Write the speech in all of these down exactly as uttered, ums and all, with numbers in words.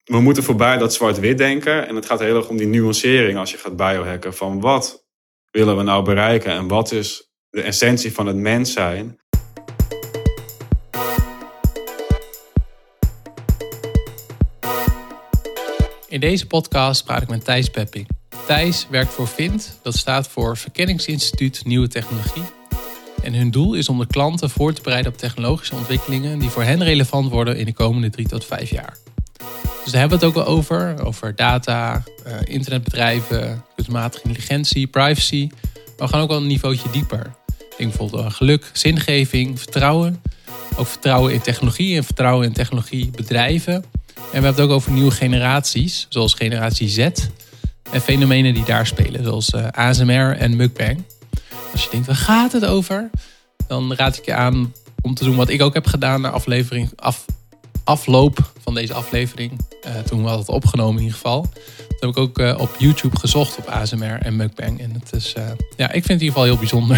we moeten voorbij dat zwart-wit denken. En het gaat heel erg om die nuancering als je gaat biohacken. Van wat willen we nou bereiken? En wat is de essentie van het mens zijn? In deze podcast praat ik met Thijs Pepping. Thijs werkt voor Vint, dat staat voor Verkenningsinstituut Nieuwe Technologie. En hun doel is om de klanten voor te bereiden op technologische ontwikkelingen die voor hen relevant worden in de komende drie tot vijf jaar. Dus daar hebben we het ook wel over, over data, uh, internetbedrijven, kunstmatige intelligentie, privacy. Maar we gaan ook wel een niveautje dieper. Denk bijvoorbeeld aan geluk, zingeving, vertrouwen. Ook vertrouwen in technologie en vertrouwen in technologiebedrijven. En we hebben het ook over nieuwe generaties, zoals generatie Z. En fenomenen die daar spelen, zoals uh, A S M R en mukbang. Als je denkt, waar gaat het over? Dan raad ik je aan om te doen wat ik ook heb gedaan na aflevering, af, afloop van deze aflevering. Uh, toen we hadden het opgenomen in ieder geval. Toen heb ik ook uh, op YouTube gezocht op A S M R en mukbang. En het is, uh, ja, ik vind het in ieder geval heel bijzonder.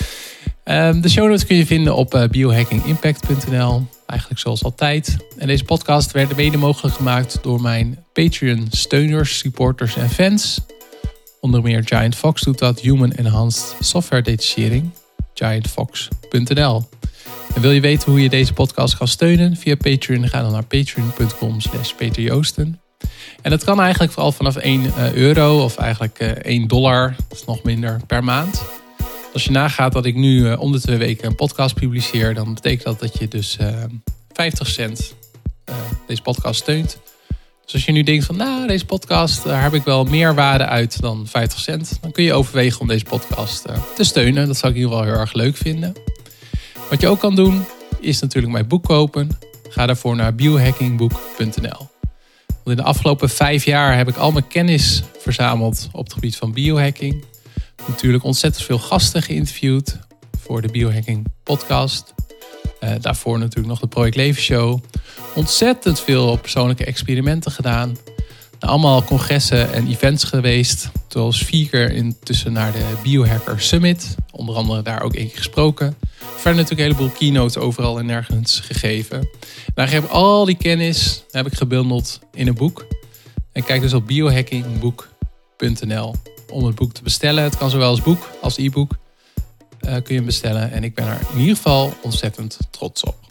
Uh, de show notes kun je vinden op uh, biohackingimpact punt n l. Eigenlijk zoals altijd. En deze podcast werd mede mogelijk gemaakt door mijn Patreon-steuners, supporters en fans. Onder meer Giant Fox doet dat, Human Enhanced Software Detachering, giant fox punt n l. En wil je weten hoe je deze podcast kan steunen via Patreon, ga dan naar patreon punt com slash peter joosten. En dat kan eigenlijk vooral vanaf één euro of eigenlijk één dollar, dat is nog minder, per maand. Als je nagaat dat ik nu uh, om de twee weken een podcast publiceer, dan betekent dat dat je dus uh, vijftig cent uh, deze podcast steunt. Dus als je nu denkt van, nou, deze podcast, daar heb ik wel meer waarde uit dan vijftig cent. Dan kun je overwegen om deze podcast uh, te steunen. Dat zou ik in ieder geval heel erg leuk vinden. Wat je ook kan doen, is natuurlijk mijn boek kopen. Ga daarvoor naar biohackingboek punt n l. Want in de afgelopen vijf jaar heb ik al mijn kennis verzameld op het gebied van biohacking. Natuurlijk ontzettend veel gasten geïnterviewd voor de Biohacking podcast. Uh, daarvoor natuurlijk nog de Project Leven Show. Ontzettend veel persoonlijke experimenten gedaan. Nou, allemaal congressen en events geweest. Zoals vier keer intussen naar de Biohacker Summit. Onder andere daar ook één keer gesproken. Verder natuurlijk een heleboel keynotes overal en nergens gegeven. Nou, ik heb al die kennis heb ik gebundeld in een boek. En kijk dus op biohackingboek punt n l om het boek te bestellen. Het kan zowel als boek als e-book. Uh, kun je hem bestellen. En ik ben er in ieder geval ontzettend trots op.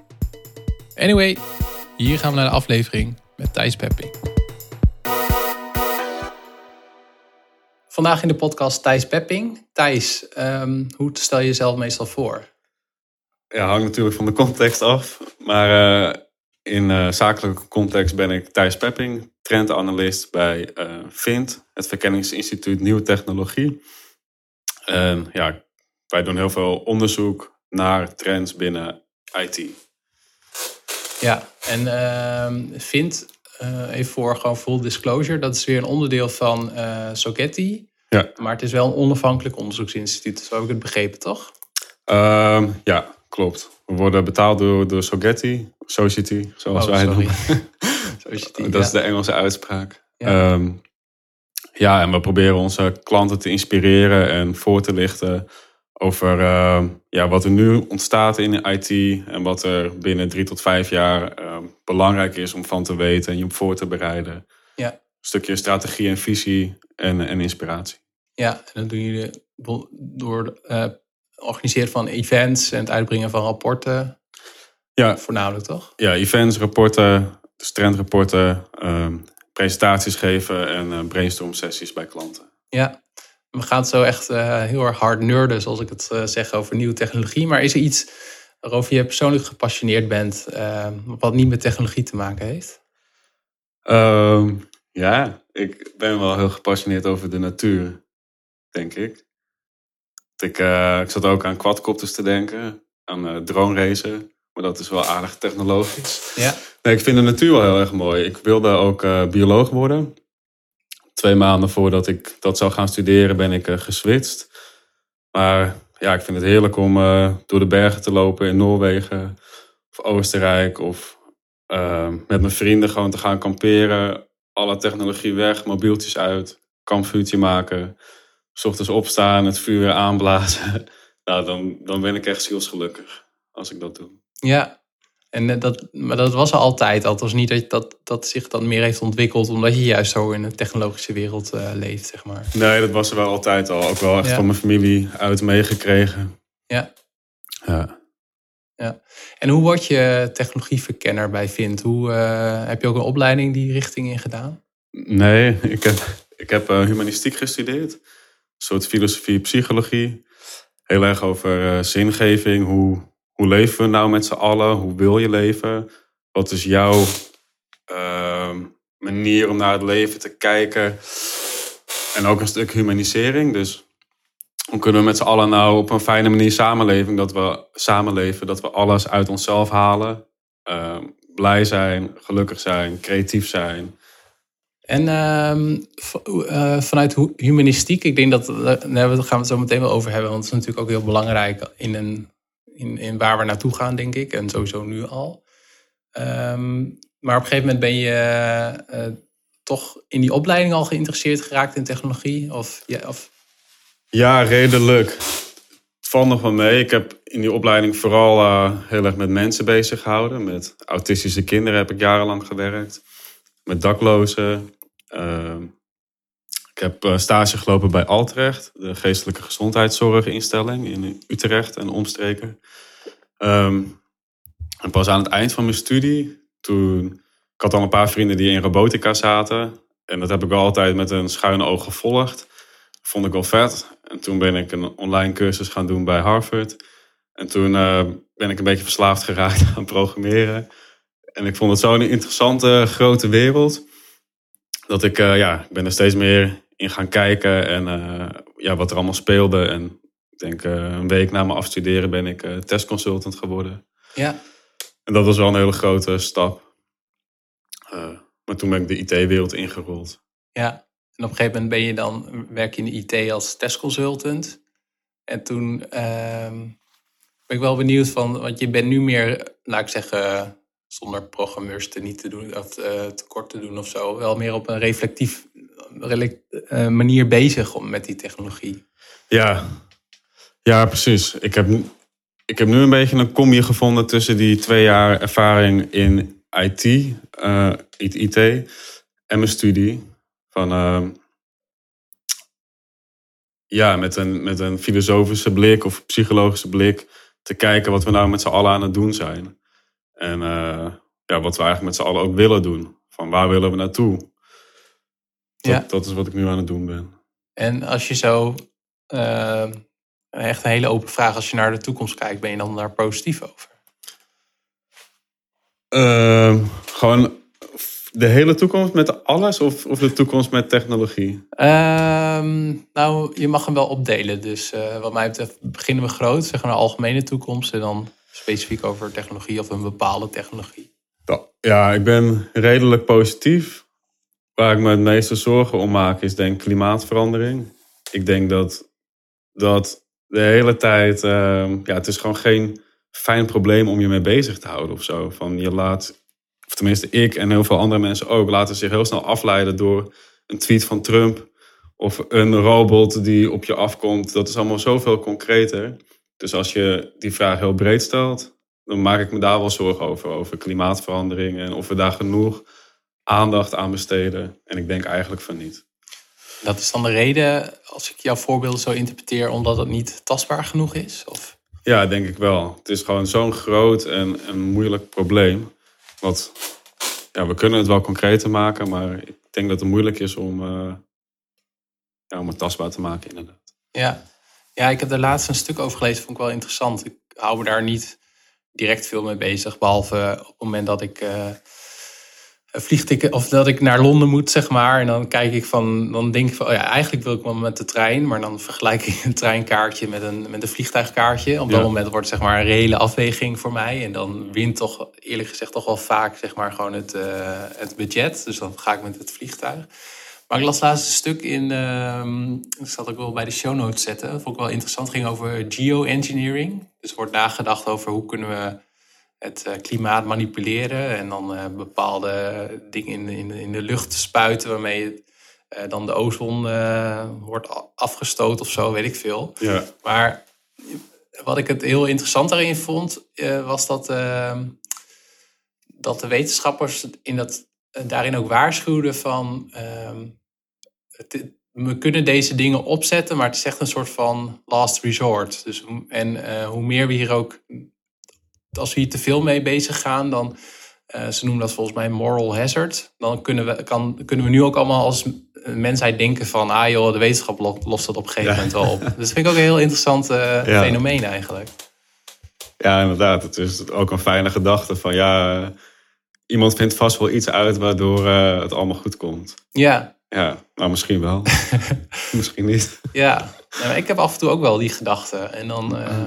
Anyway, hier gaan we naar de aflevering met Thijs Pepping. Vandaag in de podcast Thijs Pepping. Thijs, um, hoe stel je jezelf meestal voor? Ja, hangt natuurlijk van de context af. Maar uh, in uh, zakelijke context ben ik Thijs Pepping, trendanalist bij uh, Vint, het Verkenningsinstituut Nieuwe Technologie. En ja, wij doen heel veel onderzoek naar trends binnen I T. Ja, en uh, Vint, uh, even voor gewoon full disclosure, dat is weer een onderdeel van uh, Sogeti. Ja. Maar het is wel een onafhankelijk onderzoeksinstituut, zo heb ik het begrepen, toch? Uh, ja, klopt. We worden betaald door, door Sogeti, Society, zoals oh, wij het noemen. Society, dat ja. is de Engelse uitspraak. Ja. Um, ja, en we proberen onze klanten te inspireren en voor te lichten over uh, ja, wat er nu ontstaat in de I T en wat er binnen drie tot vijf jaar uh, belangrijk is om van te weten en je op voor te bereiden. Ja. Een stukje strategie en visie en, en inspiratie. Ja, en dat doen jullie door uh, het organiseren van events en het uitbrengen van rapporten. Ja. Voornamelijk, toch? Ja, events, rapporten, dus trendrapporten, uh, presentaties geven en uh, brainstorm sessies bij klanten. Ja. We gaan zo echt uh, heel erg hard nerden, zoals ik het uh, zeg, over nieuwe technologie. Maar is er iets waarover je persoonlijk gepassioneerd bent, uh, wat niet met technologie te maken heeft? Uh, ja, ik ben wel heel gepassioneerd over de natuur, denk ik. Ik, uh, ik zat ook aan quadcopters te denken, aan uh, drone racen. Maar dat is wel aardig technologisch. Ja. Nee, ik vind de natuur wel heel erg mooi. Ik wilde ook uh, bioloog worden. Twee maanden voordat ik dat zou gaan studeren ben ik uh, geswitcht. Maar ja, ik vind het heerlijk om uh, door de bergen te lopen in Noorwegen of Oostenrijk. Of uh, met mijn vrienden gewoon te gaan kamperen. Alle technologie weg, mobieltjes uit, kampvuurtje maken. 's Ochtends opstaan, het vuur weer aanblazen. Nou, dan, dan ben ik echt zielsgelukkig als ik dat doe. Ja, En dat, maar dat was er altijd al. Het was niet dat, dat dat zich dan meer heeft ontwikkeld omdat je juist zo in de technologische wereld uh, leeft, zeg maar. Nee, dat was er wel altijd al. Ook wel echt ja. van mijn familie uit meegekregen. Ja. Ja. Ja. En hoe word je technologieverkenner bij Vint? Hoe, uh, heb je ook een opleiding die richting in gedaan? Nee, ik heb, ik heb uh, humanistiek gestudeerd. Een soort filosofie, psychologie. Heel erg over uh, zingeving. Hoe, hoe leven we nou met z'n allen? Hoe wil je leven? Wat is jouw uh, manier om naar het leven te kijken? En ook een stuk humanisering. Dus hoe kunnen we met z'n allen nou op een fijne manier samenleven? Dat we samenleven, dat we alles uit onszelf halen. Uh, blij zijn, gelukkig zijn, creatief zijn. En uh, uh, vanuit humanistiek, ik denk dat, daar gaan we het zo meteen wel over hebben. Want het is natuurlijk ook heel belangrijk in, een, in, in waar we naartoe gaan, denk ik. En sowieso nu al. Um, maar op een gegeven moment ben je uh, toch in die opleiding al geïnteresseerd geraakt in technologie? Of, ja, of... ja, redelijk. Het valt nog wel mee. Ik heb in die opleiding vooral uh, heel erg met mensen bezig gehouden. Met autistische kinderen heb ik jarenlang gewerkt. Met daklozen. Uh, ik heb uh, stage gelopen bij Altrecht, de geestelijke gezondheidszorginstelling in Utrecht en omstreken. Um, en pas aan het eind van mijn studie, toen, ik had al een paar vrienden die in robotica zaten. En dat heb ik wel altijd met een schuine oog gevolgd. Dat vond ik wel vet. En toen ben ik een online cursus gaan doen bij Harvard. En toen uh, ben ik een beetje verslaafd geraakt aan programmeren. En ik vond het zo'n interessante, grote wereld. Dat ik, uh, ja, ik ben er steeds meer in gaan kijken. En uh, ja, wat er allemaal speelde. En ik denk uh, een week na mijn afstuderen ben ik uh, testconsultant geworden. Ja. En dat was wel een hele grote stap. Uh, maar toen ben ik de I T-wereld ingerold. Ja, en op een gegeven moment ben je dan, werk je in de I T als testconsultant. En toen uh, ben ik wel benieuwd van, want je bent nu meer, laat ik zeggen, zonder programmeurs te niet te doen of uh, tekort te doen of zo, wel meer op een reflectief uh, manier bezig om met die technologie. Ja, ja precies. Ik heb, ik heb nu een beetje een combi gevonden tussen die twee jaar ervaring in I T, uh, I T en mijn studie. Van, uh, ja, met een, met een filosofische blik of psychologische blik te kijken wat we nou met z'n allen aan het doen zijn. En uh, ja, wat we eigenlijk met z'n allen ook willen doen. Van waar willen we naartoe? Dat, ja. dat is wat ik nu aan het doen ben. En als je zo, uh, echt een hele open vraag, als je naar de toekomst kijkt, ben je dan daar positief over? Uh, gewoon de hele toekomst met alles of, of de toekomst met technologie? Uh, nou, je mag hem wel opdelen. Dus uh, wat mij betreft beginnen we groot, zeggen we een algemene toekomst en dan specifiek over technologie of een bepaalde technologie. Ja, ik ben redelijk positief. Waar ik me het meeste zorgen om maak is denk ik klimaatverandering. Ik denk dat, dat de hele tijd, uh, ja, het is gewoon geen fijn probleem om je mee bezig te houden of zo. Van je laat, of tenminste ik en heel veel andere mensen ook, laten zich heel snel afleiden door een tweet van Trump of een robot die op je afkomt. Dat is allemaal zoveel concreter. Dus als je die vraag heel breed stelt, dan maak ik me daar wel zorgen over. Over klimaatverandering en of we daar genoeg aandacht aan besteden. En ik denk eigenlijk van niet. Dat is dan de reden, als ik jouw voorbeelden zo interpreteer, omdat het niet tastbaar genoeg is? Of? Ja, denk ik wel. Het is gewoon zo'n groot en, en moeilijk probleem. Wat, ja, we kunnen het wel concreter maken, maar ik denk dat het moeilijk is om, uh, ja, om het tastbaar te maken, inderdaad. Ja. ja, ik heb daar laatst een stuk over gelezen, vond ik wel interessant. Ik hou me daar niet direct veel mee bezig, behalve op het moment dat ik uh, vliegticket of dat ik naar Londen moet, zeg maar. En dan kijk ik van, dan denk ik van, oh ja, eigenlijk wil ik wel met de trein, maar dan vergelijk ik een treinkaartje met een, met een vliegtuigkaartje. Op dat ja. moment wordt zeg maar een reële afweging voor mij. En dan wint toch, eerlijk gezegd, toch wel vaak zeg maar gewoon het, uh, het budget. Dus dan ga ik met het vliegtuig. Maar ik las laatst een stuk in, uh, dat zal ik wel bij de show notes zetten. Dat vond ik wel interessant. Het ging over geoengineering. Dus er wordt nagedacht over hoe kunnen we het uh, klimaat manipuleren. En dan uh, bepaalde dingen in, in, in de lucht spuiten waarmee het, uh, dan de ozon uh, wordt afgestoten of zo, weet ik veel. Ja. Maar wat ik het heel interessant daarin vond, uh, was dat... Uh, dat de wetenschappers in dat, daarin ook waarschuwden van... Um, het, we kunnen deze dingen opzetten, maar het is echt een soort van last resort. Dus, en uh, hoe meer we hier ook... Als we hier te veel mee bezig gaan, dan... Uh, ze noemen dat volgens mij moral hazard. Dan kunnen we, kan, kunnen we nu ook allemaal als mensheid denken van... ah joh, de wetenschap lost dat op een gegeven ja. moment wel op. Dus dat vind ik ook een heel interessant uh, ja. fenomeen eigenlijk. Ja, inderdaad. Het is ook een fijne gedachte van... ja, uh, iemand vindt vast wel iets uit waardoor uh, het allemaal goed komt. Ja. Ja, nou misschien wel. Misschien niet. Ja, nou, ik heb af en toe ook wel die gedachte. En dan uh,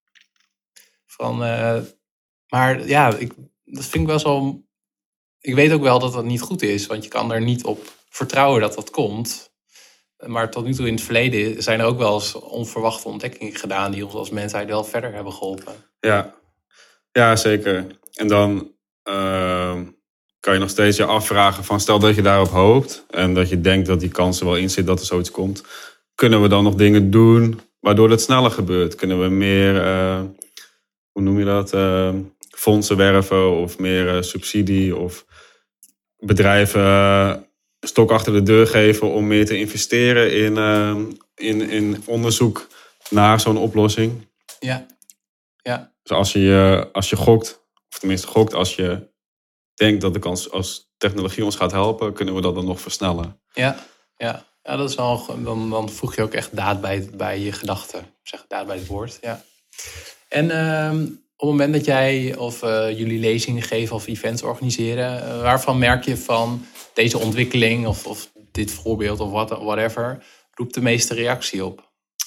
van... Uh, maar ja, ik... Dat vind ik best wel... Ik weet ook wel dat dat niet goed is. Want je kan er niet op vertrouwen dat dat komt. Maar tot nu toe in het verleden zijn er ook wel eens onverwachte ontdekkingen gedaan... die ons als mensheid wel verder hebben geholpen. Ja, ja zeker. En dan uh, kan je nog steeds je afvragen van... stel dat je daarop hoopt en dat je denkt dat die kans er wel in zit dat er zoiets komt. Kunnen we dan nog dingen doen waardoor het sneller gebeurt? Kunnen we meer... Uh, hoe noem je dat... Uh, fondsen werven of meer uh, subsidie of bedrijven uh, stok achter de deur geven om meer te investeren in, uh, in, in onderzoek naar zo'n oplossing. Ja. Ja. Dus als je, als je gokt, of tenminste gokt, als je denkt dat de kans als technologie ons gaat helpen, kunnen we dat dan nog versnellen. Ja, ja. Ja, dat is wel, dan, dan voeg je ook echt daad bij, bij je gedachten. Zeg daad bij het woord, ja. En... Uh, Op het moment dat jij of uh, jullie lezingen geven of events organiseren... Uh, waarvan merk je van deze ontwikkeling of, of dit voorbeeld of what, whatever... roept de meeste reactie op?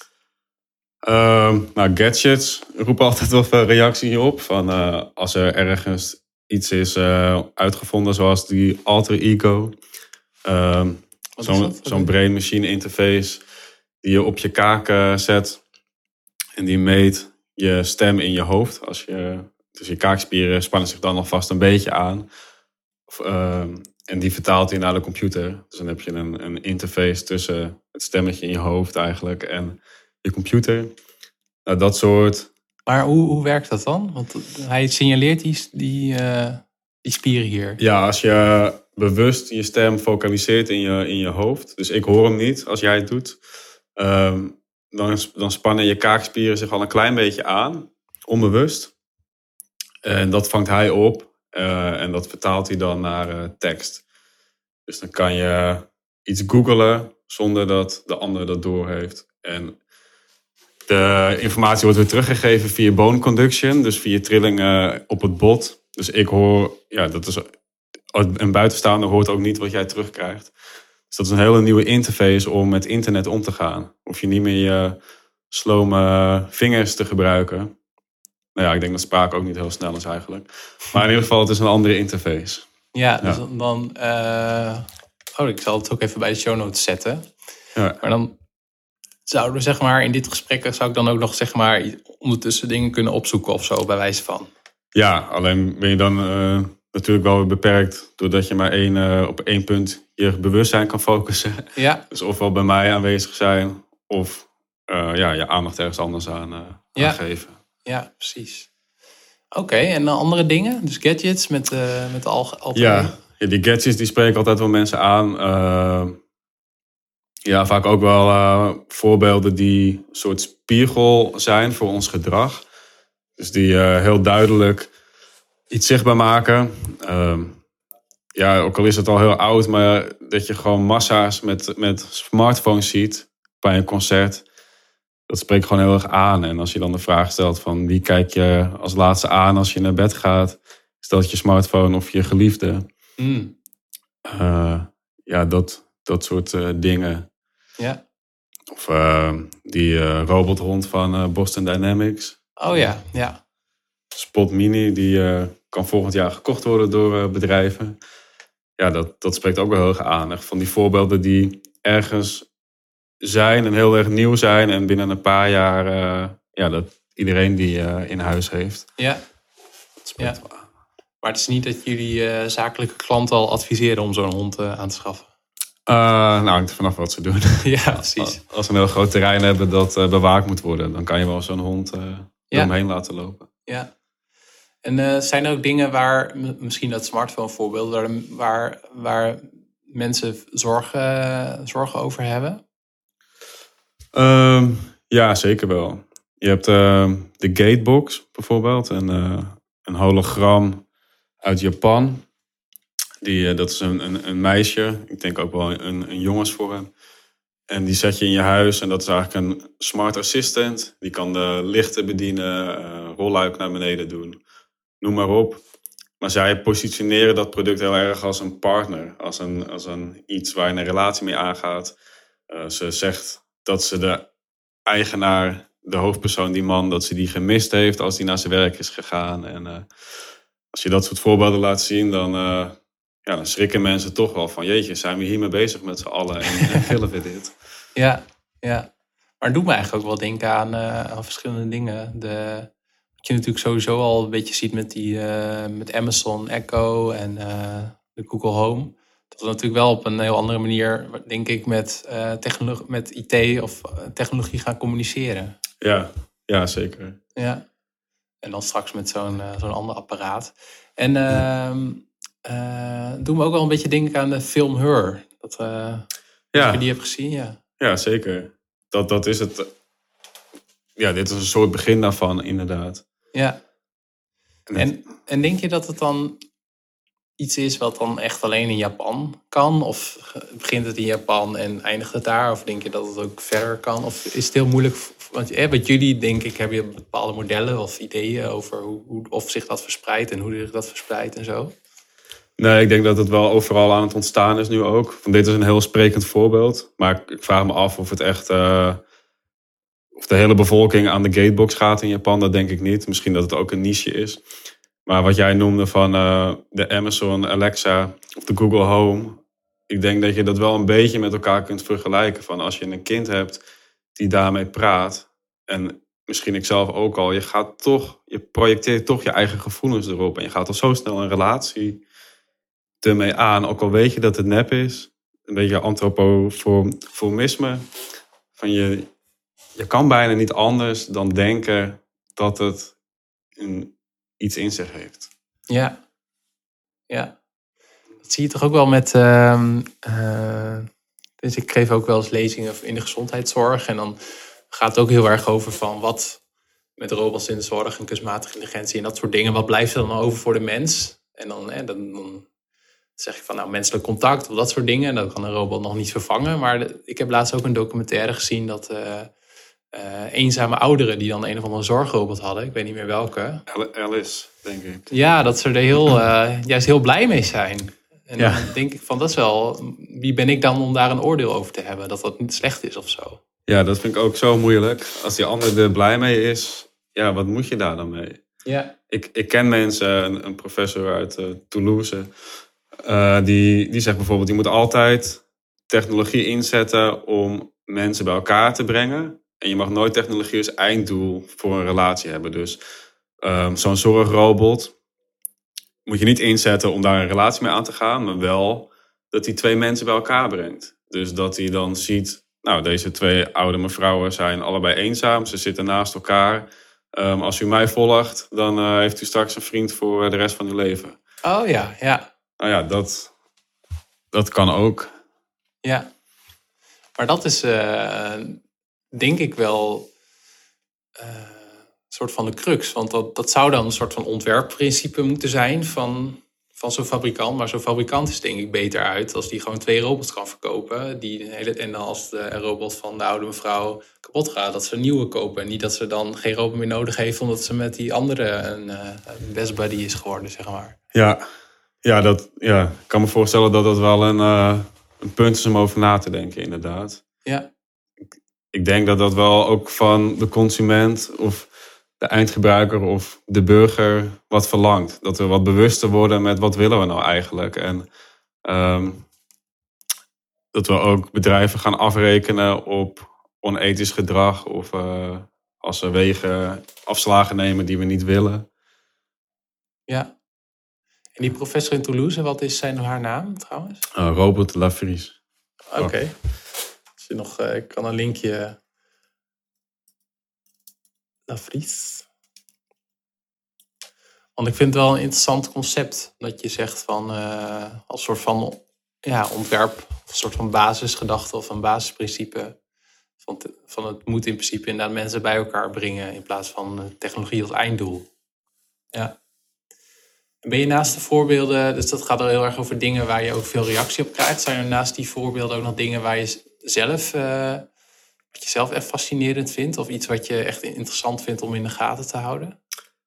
Uh, nou, gadgets roepen altijd wel veel reactie op. Van, uh, als er ergens iets is uh, uitgevonden zoals die alter ego. Uh, zo'n, zo'n brain-machine interface die je op je kaak uh, zet en die meet... je stem in je hoofd. Als je, dus je kaakspieren spannen zich dan alvast een beetje aan. Of, uh, en die vertaalt hij naar de computer. Dus dan heb je een, een interface tussen het stemmetje in je hoofd eigenlijk en je computer. Nou, dat soort... Maar hoe, hoe werkt dat dan? Want hij signaleert die, die, uh, die spieren hier. Ja, als je bewust je stem focaliseert in je, in je hoofd. Dus ik hoor hem niet als jij het doet. Um, Dan, dan spannen je kaakspieren zich al een klein beetje aan, onbewust. En dat vangt hij op uh, en dat vertaalt hij dan naar uh, tekst. Dus dan kan je iets googlen zonder dat de ander dat doorheeft. En de informatie wordt weer teruggegeven via bone conduction, dus via trillingen op het bot. Dus ik hoor, ja, dat is een buitenstaander hoort ook niet wat jij terugkrijgt. Dus dat is een hele nieuwe interface om met internet om te gaan. Hoef je niet meer je slome vingers te gebruiken. Nou ja, ik denk dat spraak ook niet heel snel is eigenlijk. Maar in ieder geval, het is een andere interface. Ja, dus ja. dan... Uh... Oh, ik zal het ook even bij de show notes zetten. Ja. Maar dan zouden we zeg maar in dit gesprek... zou ik dan ook nog zeg maar ondertussen dingen kunnen opzoeken of zo, bij wijze van. Ja, alleen ben je dan uh, natuurlijk wel beperkt... doordat je maar één, uh, op één punt je bewustzijn kan focussen. Ja. Dus ofwel bij mij aanwezig zijn... of uh, ja, je aandacht ergens anders aan, uh, ja. aan geven. Ja, precies. Oké, okay, en andere dingen? Dus gadgets met, uh, met de algemeen? Ja, ja, die gadgets die spreken altijd wel mensen aan. Uh, ja, vaak ook wel uh, voorbeelden die een soort spiegel zijn voor ons gedrag. Dus die uh, heel duidelijk iets zichtbaar maken. Uh, ja, ook al is het al heel oud, maar dat je gewoon massa's met, met smartphones ziet bij een concert. Dat spreekt gewoon heel erg aan. En als je dan de vraag stelt van wie kijk je als laatste aan als je naar bed gaat, is dat je smartphone of je geliefde. Mm. Uh, ja, dat, dat soort uh, dingen. Ja. Of uh, die uh, robothond van uh, Boston Dynamics. Oh ja, ja. Spot Mini, die uh, kan volgend jaar gekocht worden door uh, bedrijven. Ja, dat, dat spreekt ook wel heel erg aan. Echt van die voorbeelden die ergens zijn en heel erg nieuw zijn. En binnen een paar jaar, uh, ja, dat iedereen die uh, in huis heeft. Ja. Dat spreekt ja. wel aan. Maar het is niet dat jullie uh, zakelijke klanten al adviseren om zo'n hond uh, aan te schaffen? Uh, nou, hangt er vanaf wat ze doen. Ja, precies. Als ze een heel groot terrein hebben dat uh, bewaakt moet worden, dan kan je wel zo'n hond uh, ja. omheen laten lopen. Ja. En uh, zijn er ook dingen waar, misschien dat smartphone voorbeeld, waar, waar, waar mensen zorgen, zorgen over hebben? Um, ja, zeker wel. Je hebt uh, de Gatebox bijvoorbeeld, een, uh, een hologram uit Japan. Die, uh, dat is een, een, een meisje, ik denk ook wel een, een jongensvorm. En die zet je in je huis en dat is eigenlijk een smart assistant. Die kan de lichten bedienen, uh, rolluik naar beneden doen, noem maar op. Maar zij positioneren dat product heel erg als een partner, als een, als een iets waar je een relatie mee aangaat. Uh, ze zegt dat ze de eigenaar, de hoofdpersoon, die man, dat ze die gemist heeft als die naar zijn werk is gegaan. En uh, als je dat soort voorbeelden laat zien, dan, uh, ja, dan schrikken mensen toch wel van, jeetje, zijn we hiermee bezig met z'n allen en, en willen we dit? Ja, ja. Maar het doet me eigenlijk ook wel denken aan, uh, aan verschillende dingen. De, wat je natuurlijk sowieso al een beetje ziet met, die, uh, met Amazon Echo en uh, de Google Home. Dat we natuurlijk wel op een heel andere manier, denk ik, met, uh, technologie, met I T of technologie gaan communiceren. Ja, ja, zeker. Ja. En dan straks met zo'n, uh, zo'n ander apparaat. En uh, uh, doen we ook wel een beetje denken aan de film Her. Dat, uh, ja. Als je die hebt gezien, ja. Ja, zeker. Dat, dat is het. Ja, dit is een soort begin daarvan, inderdaad. Ja. En, en denk je dat het dan iets is wat dan echt alleen in Japan kan? Of begint het in Japan en eindigt het daar? Of denk je dat het ook verder kan? Of is het heel moeilijk? Want eh, wat jullie, denk ik, hebben je bepaalde modellen of ideeën over hoe, hoe, of zich dat verspreidt en hoe zich dat verspreidt en zo? Nee, ik denk dat het wel overal aan het ontstaan is nu ook. Van, dit is een heel sprekend voorbeeld. Maar ik, ik vraag me af of het echt... Uh, of de hele bevolking aan de Gatebox gaat in Japan. Dat denk ik niet. Misschien dat het ook een niche is. Maar wat jij noemde van uh, de Amazon Alexa of de Google Home. Ik denk dat je dat wel een beetje met elkaar kunt vergelijken. Van als je een kind hebt die daarmee praat. En misschien ik zelf ook al. Je gaat toch, je projecteert toch je eigen gevoelens erop. En je gaat al zo snel een relatie ermee aan. Ook al weet je dat het nep is. Een beetje antropoformisme. Van je, je kan bijna niet anders dan denken dat het een, iets in zich heeft. Ja. Ja. Dat zie je toch ook wel met... Uh, uh, dus ik geef ook wel eens lezingen in de gezondheidszorg. En dan gaat het ook heel erg over van wat met robots in de zorg en kunstmatige intelligentie en dat soort dingen. Wat blijft er dan over voor de mens? En dan, hè, dan, dan zeg je van nou menselijk contact of dat soort dingen. En dat kan een robot nog niet vervangen. Maar de, ik heb laatst ook een documentaire gezien dat uh, uh, eenzame ouderen die dan een of andere zorgrobot hadden. Ik weet niet meer welke. Alice, denk ik. Ja, dat ze er heel, uh, juist heel blij mee zijn. En ja. dan denk ik van, dat is wel... Wie ben ik dan om daar een oordeel over te hebben? Dat dat niet slecht is of zo. Ja, dat vind ik ook zo moeilijk. Als die ander er blij mee is, ja, wat moet je daar dan mee? Ja. Ik, ik ken mensen, een, een professor uit uh, Toulouse... Uh, die, die zegt bijvoorbeeld, je moet altijd technologie inzetten om mensen bij elkaar te brengen. En je mag nooit technologie als einddoel voor een relatie hebben. Dus um, zo'n zorgrobot moet je niet inzetten om daar een relatie mee aan te gaan, maar wel dat hij twee mensen bij elkaar brengt. Dus dat hij dan ziet, nou, deze twee oude mevrouwen zijn allebei eenzaam, ze zitten naast elkaar. Um, als u mij volgt, dan uh, heeft u straks een vriend voor de rest van uw leven. Oh ja, ja. Nou ja, dat, dat kan ook. Ja, maar dat is uh, denk ik wel uh, een soort van de crux. Want dat, dat zou dan een soort van ontwerpprincipe moeten zijn van, van zo'n fabrikant. Maar zo'n fabrikant is denk ik beter uit als die gewoon twee robots kan verkopen. Die hele, en dan als de robot van de oude mevrouw kapot gaat, dat ze een nieuwe kopen. En niet dat ze dan geen robot meer nodig heeft omdat ze met die andere een, uh, een best buddy is geworden, zeg maar. Ja. Ja, dat, ja, ik kan me voorstellen dat dat wel een, uh, een punt is om over na te denken, inderdaad. Ja. Ik, ik denk dat dat wel ook van de consument of de eindgebruiker of de burger wat verlangt. Dat we wat bewuster worden met wat willen we nou eigenlijk. En um, dat we ook bedrijven gaan afrekenen op onethisch gedrag of uh, als ze wegen afslagen nemen die we niet willen. Ja. En die professor in Toulouse, wat is zijn haar naam trouwens? Uh, Robert Lavries. Oké. Okay. Als je nog, uh, ik kan een linkje. Lavries. Want ik vind het wel een interessant concept. Dat je zegt van uh, als soort van ja, ontwerp, of een soort van basisgedachte of een basisprincipe. Van, te, van het moet in principe inderdaad mensen bij elkaar brengen in plaats van technologie als einddoel. Ja. En ben je naast de voorbeelden, dus dat gaat al heel erg over dingen waar je ook veel reactie op krijgt. Zijn er naast die voorbeelden ook nog dingen waar je zelf, uh, wat je zelf echt fascinerend vindt? Of iets wat je echt interessant vindt om in de gaten te houden?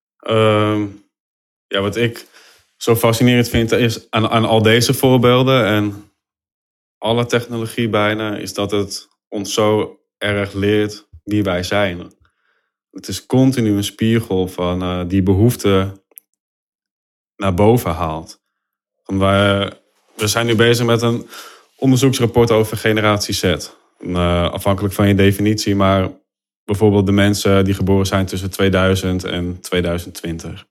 Um, ja, wat ik zo fascinerend vind is aan, aan al deze voorbeelden en alle technologie bijna, is dat het ons zo erg leert wie wij zijn. Het is continu een spiegel van uh, die behoefte naar boven haalt. Wij, we zijn nu bezig met een onderzoeksrapport over generatie Z. Uh, afhankelijk van je definitie, maar bijvoorbeeld de mensen die geboren zijn tussen tweeduizend en tweeduizend twintig.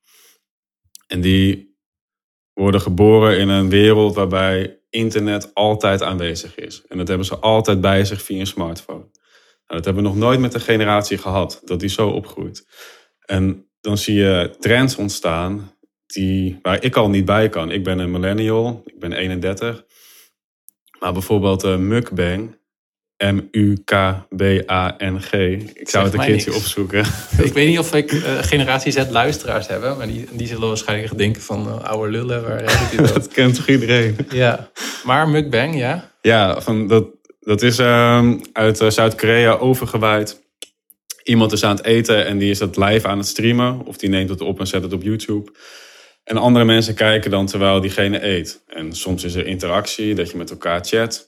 En die worden geboren in een wereld waarbij internet altijd aanwezig is. En dat hebben ze altijd bij zich via een smartphone. Nou, dat hebben we nog nooit met een generatie gehad, dat die zo opgroeit. En dan zie je trends ontstaan die, waar ik al niet bij kan. Ik ben een millennial, ik ben eenendertig. Maar bijvoorbeeld uh, mukbang, M U K B A N G. Ik zou het een keertje niks. opzoeken. Ik weet niet of ik uh, generatie Z luisteraars hebben, maar die, die zullen waarschijnlijk denken van uh, oude lullen. Waar heb ik dit dat kent toch iedereen? Ja, maar mukbang, ja? Ja, van dat, dat is uh, uit uh, Zuid-Korea overgewaaid. Iemand is aan het eten en die is dat live aan het streamen. Of die neemt het op en zet het op YouTube. En andere mensen kijken dan terwijl diegene eet. En soms is er interactie, dat je met elkaar chat.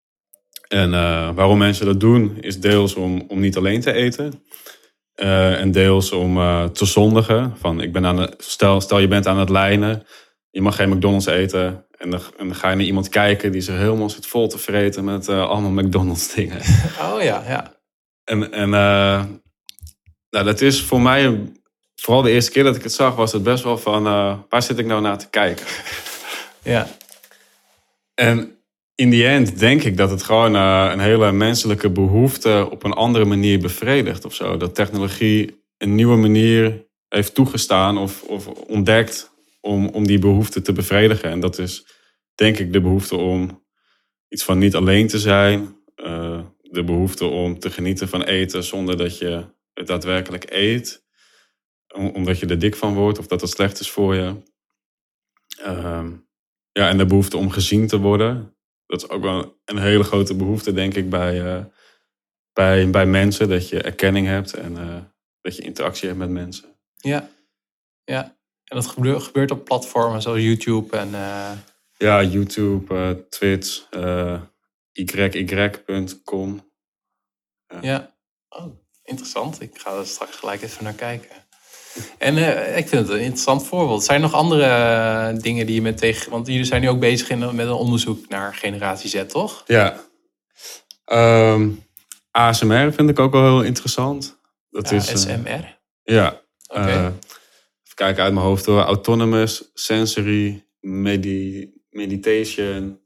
En uh, waarom mensen dat doen, is deels om, om niet alleen te eten. Uh, en deels om uh, te zondigen. Van, ik ben aan het, stel, stel je bent aan het lijnen, je mag geen McDonald's eten. En dan, en dan ga je naar iemand kijken die zich helemaal zit vol te vreten met uh, allemaal McDonald's dingen. Oh ja, ja. En, en uh, nou, dat is voor mij, vooral de eerste keer dat ik het zag, was het best wel van, uh, waar zit ik nou naar te kijken? Ja. En in die end denk ik dat het gewoon uh, een hele menselijke behoefte op een andere manier bevredigt of zo. Dat technologie een nieuwe manier heeft toegestaan of, of ontdekt om, om die behoefte te bevredigen. En dat is denk ik de behoefte om iets van niet alleen te zijn. Uh, de behoefte om te genieten van eten zonder dat je het daadwerkelijk eet. Omdat je er dik van wordt of dat het slecht is voor je. Uh, ja, en de behoefte om gezien te worden. Dat is ook wel een hele grote behoefte, denk ik, bij, uh, bij, bij mensen. Dat je erkenning hebt en uh, dat je interactie hebt met mensen. Ja, ja. En dat gebeurt, gebeurt op platformen zoals YouTube en... Uh... Ja, YouTube, uh, Twitch, uh, y y punt com. Ja. ja. Oh, interessant. Ik ga er straks gelijk even naar kijken. En uh, ik vind het een interessant voorbeeld. Zijn er nog andere uh, dingen die je met tegen... Want jullie zijn nu ook bezig in, met een onderzoek naar generatie Z, toch? Ja. Um, A S M R vind ik ook wel heel interessant. Dat A is, S M R? Uh, ja. Okay. Uh, even kijken uit mijn hoofd hoor. Autonomous Sensory medi- Meditation.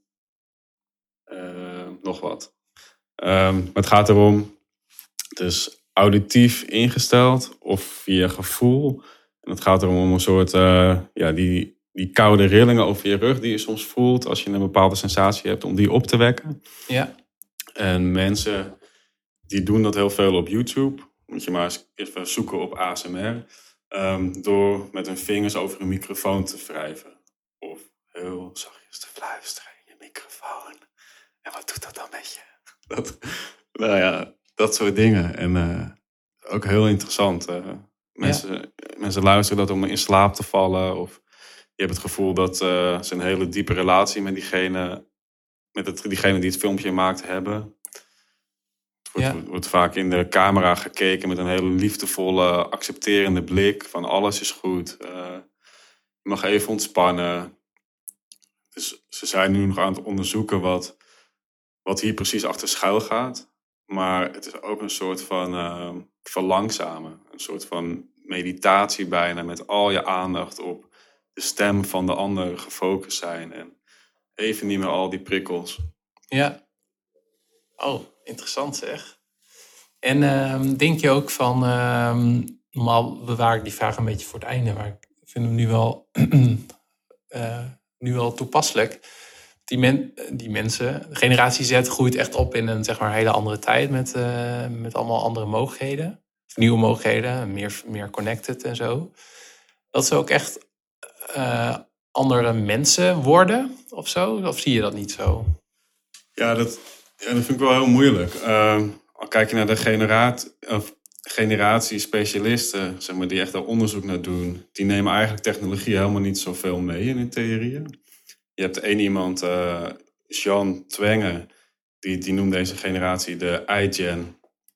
Uh, nog wat. Um, maar het gaat erom... Dus auditief ingesteld of via gevoel. En het gaat erom om een soort, uh, ja, die, die koude rillingen over je rug die je soms voelt als je een bepaalde sensatie hebt, om die op te wekken. Ja. En mensen die doen dat heel veel op YouTube. Moet je maar eens even zoeken op A S M R. Um, door met hun vingers over een microfoon te wrijven. Of heel zachtjes te fluisteren in je microfoon. En wat doet dat dan met je? Dat, nou ja... Dat soort dingen. En uh, ook heel interessant. Uh, mensen, ja. mensen luisteren dat om in slaap te vallen. Of je hebt het gevoel dat uh, ze een hele diepe relatie met diegene, met het, diegene die het filmpje maakt hebben. Het wordt, ja. wordt vaak in de camera gekeken met een hele liefdevolle, accepterende blik. Van alles is goed. Uh, je mag even ontspannen. Dus ze zijn nu nog aan het onderzoeken wat, wat hier precies achter schuil gaat. Maar het is ook een soort van uh, verlangzamen. Een soort van meditatie bijna. Met al je aandacht op de stem van de ander gefocust zijn. En even niet meer al die prikkels. Ja. Oh, interessant zeg. En uh, denk je ook van... Uh, normaal bewaar ik die vraag een beetje voor het einde. Maar ik ik vind hem nu wel, uh, nu wel toepasselijk. Die, men, die mensen, de generatie Z groeit echt op in een zeg maar, hele andere tijd met, uh, met allemaal andere mogelijkheden. Of nieuwe mogelijkheden, meer, meer connected en zo. Dat ze ook echt uh, andere mensen worden of zo? Of zie je dat niet zo? Ja, dat, ja, dat vind ik wel heel moeilijk. Uh, al kijk je naar de generaat, of generatie specialisten, zeg maar, die echt daar onderzoek naar doen, die nemen eigenlijk technologie helemaal niet zoveel mee in hun theorieën. Je hebt één iemand, uh, Jean Twenge, die, die noemt deze generatie de iGen.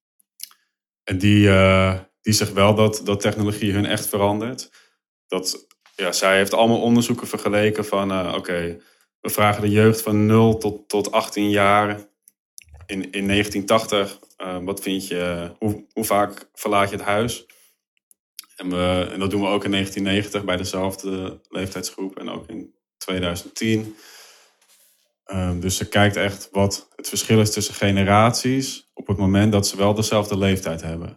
En die, uh, die zegt wel dat, dat technologie hun echt verandert. Dat, ja, zij heeft allemaal onderzoeken vergeleken van, uh, oké, okay, we vragen de jeugd van nul tot, tot achttien jaar in, in negentien tachtig. Uh, wat vind je, hoe, hoe vaak verlaat je het huis? En, we, en dat doen we ook in negentien negentig bij dezelfde leeftijdsgroep en ook in twintig tien. Um, dus ze kijkt echt wat het verschil is tussen generaties op het moment dat ze wel dezelfde leeftijd hebben.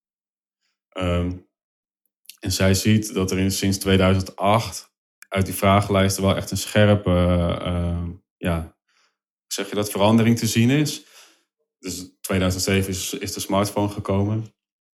Um, en zij ziet dat er in, sinds tweeduizend acht uit die vragenlijsten wel echt een scherpe uh, uh, ja, zeg je dat, verandering te zien is. Dus tweeduizend zeven is, is de smartphone gekomen.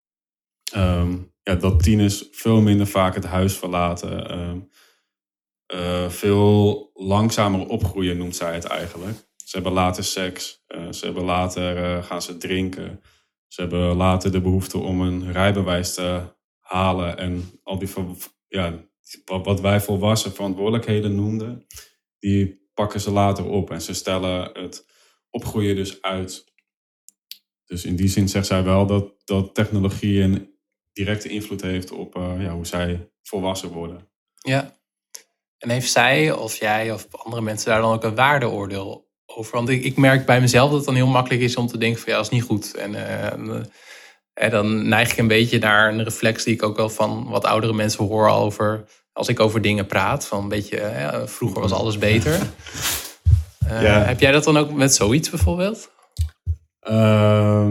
Um, ja, dat tieners veel minder vaak het huis verlaten. Um, uh, veel langzamer opgroeien noemt zij het eigenlijk. Ze hebben later seks. Uh, ze hebben later uh, gaan ze drinken. Ze hebben later de behoefte om een rijbewijs te halen. En al die, ja, wat wij volwassen verantwoordelijkheden noemden, die pakken ze later op. En ze stellen het opgroeien dus uit. Dus in die zin zegt zij wel dat, dat technologie een directe invloed heeft op uh, ja, hoe zij volwassen worden. Ja. En heeft zij of jij of andere mensen daar dan ook een waardeoordeel over? Want ik, ik merk bij mezelf dat het dan heel makkelijk is om te denken van ja, dat is niet goed. En uh, uh, dan neig ik een beetje naar een reflex die ik ook wel van wat oudere mensen hoor over, als ik over dingen praat. Van een beetje, uh, vroeger was alles beter. Uh, ja. Heb jij dat dan ook met zoiets bijvoorbeeld? Uh,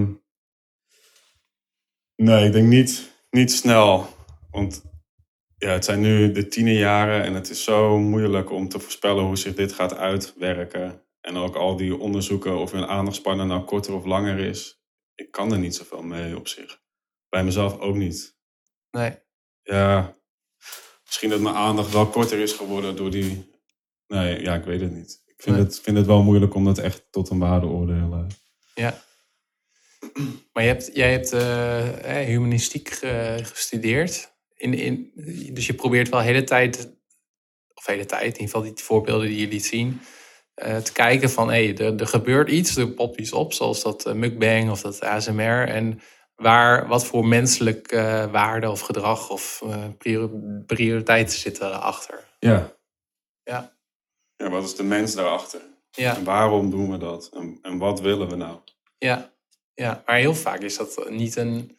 nee, ik denk niet, niet snel. Want ja, het zijn nu de tienerjaren en het is zo moeilijk om te voorspellen hoe zich dit gaat uitwerken. En ook al die onderzoeken of hun aandachtspannen nou korter of langer is. Ik kan er niet zoveel mee op zich. Bij mezelf ook niet. Nee. Ja, misschien dat mijn aandacht wel korter is geworden door die... Nee, ja, ik weet het niet. Ik vind, nee. het, vind het wel moeilijk om dat echt tot een waardeoordeel... Ja. Maar je hebt, jij hebt uh, humanistiek uh, gestudeerd. In, in, dus je probeert wel de hele tijd, of de hele tijd, in ieder geval die voorbeelden die je liet zien, uh, te kijken van, hé, hey, er, er gebeurt iets, er popt iets op, zoals dat uh, mukbang of dat A S M R. En waar, wat voor menselijk uh, waarde of gedrag of uh, prior, prioriteiten zitten erachter. Ja. Ja. Ja, wat is de mens daarachter? Ja. En waarom doen we dat? En, en wat willen we nou? Ja. Ja, maar heel vaak is dat niet een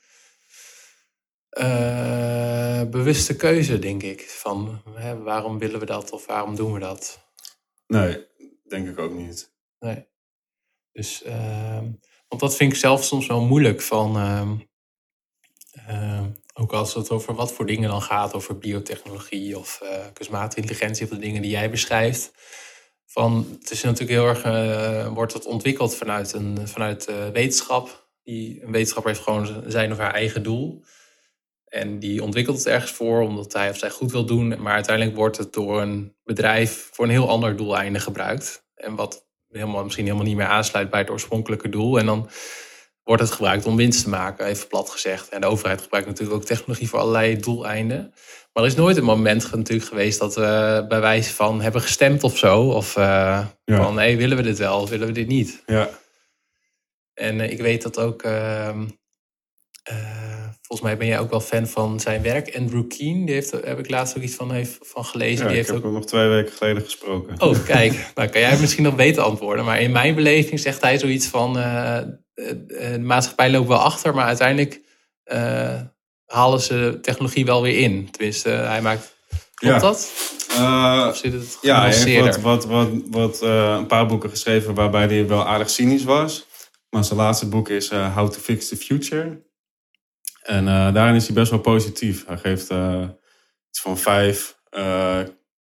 uh, bewuste keuze, denk ik. Van hè, waarom willen we dat of waarom doen we dat? Nee, denk ik ook niet. Nee. Dus, uh, want dat vind ik zelf soms wel moeilijk. Van, uh, uh, ook als het over wat voor dingen dan gaat, over biotechnologie of uh, kunstmatige intelligentie of de dingen die jij beschrijft. Van, het is natuurlijk heel erg, uh, wordt het ontwikkeld vanuit, een, vanuit uh, wetenschap. Die, een wetenschapper heeft gewoon zijn of haar eigen doel. En die ontwikkelt het ergens voor, omdat hij of zij goed wil doen. Maar uiteindelijk wordt het door een bedrijf voor een heel ander doeleinde gebruikt. En wat helemaal, misschien helemaal niet meer aansluit bij het oorspronkelijke doel. En dan wordt het gebruikt om winst te maken, even plat gezegd. En de overheid gebruikt natuurlijk ook technologie voor allerlei doeleinden. Maar er is nooit een moment natuurlijk geweest dat we bij wijze van hebben gestemd of zo. Of uh, ja. van, hé, hey, willen we dit wel of willen we dit niet? Ja. En uh, ik weet dat ook... Uh, uh, volgens mij ben jij ook wel fan van zijn werk. Andrew Keen, die heeft, heb ik laatst ook iets van, heeft, van gelezen. Ja, die ik heeft heb ook... hem nog twee weken geleden gesproken. Oh, kijk. Nou, kan jij misschien nog beter antwoorden. Maar in mijn beleving zegt hij zoiets van... Uh, de maatschappij loopt wel achter, maar uiteindelijk... Uh, halen ze technologie wel weer in. Tenminste, hij maakt... Klopt ja. dat? Uh, of zit het ja, hij heeft wat, wat, wat, wat, uh, een paar boeken geschreven waarbij hij wel aardig cynisch was. Maar zijn laatste boek is uh, How to Fix the Future. En uh, daarin is hij best wel positief. Hij geeft uh, iets van vijf uh,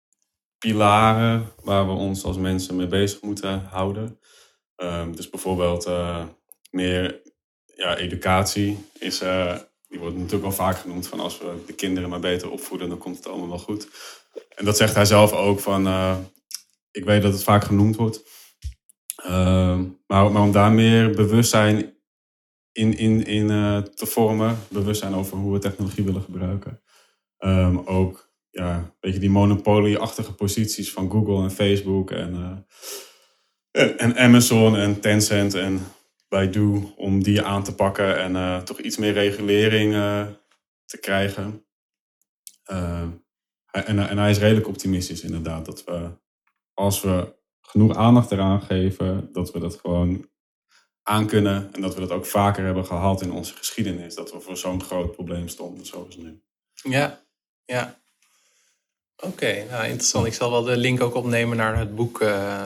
pilaren waar we ons als mensen mee bezig moeten houden. Um, dus bijvoorbeeld uh, meer ja, educatie is, uh, die wordt natuurlijk al vaak genoemd van als we de kinderen maar beter opvoeden, dan komt het allemaal wel goed. En dat zegt hij zelf ook van, uh, ik weet dat het vaak genoemd wordt. Uh, maar, maar om daar meer bewustzijn in, in, in uh, te vormen, bewustzijn over hoe we technologie willen gebruiken. Um, ook ja, een beetje die monopolie-achtige posities van Google en Facebook en, uh, en, en Amazon en Tencent en Baidu, om die aan te pakken en uh, toch iets meer regulering uh, te krijgen. Uh, en, en hij is redelijk optimistisch inderdaad, dat we als we genoeg aandacht eraan geven, dat we dat gewoon aan kunnen en dat we dat ook vaker hebben gehad in onze geschiedenis, dat we voor zo'n groot probleem stonden zoals nu. Ja, ja. Oké, okay, nou interessant. Ik zal wel de link ook opnemen naar het boek. Uh,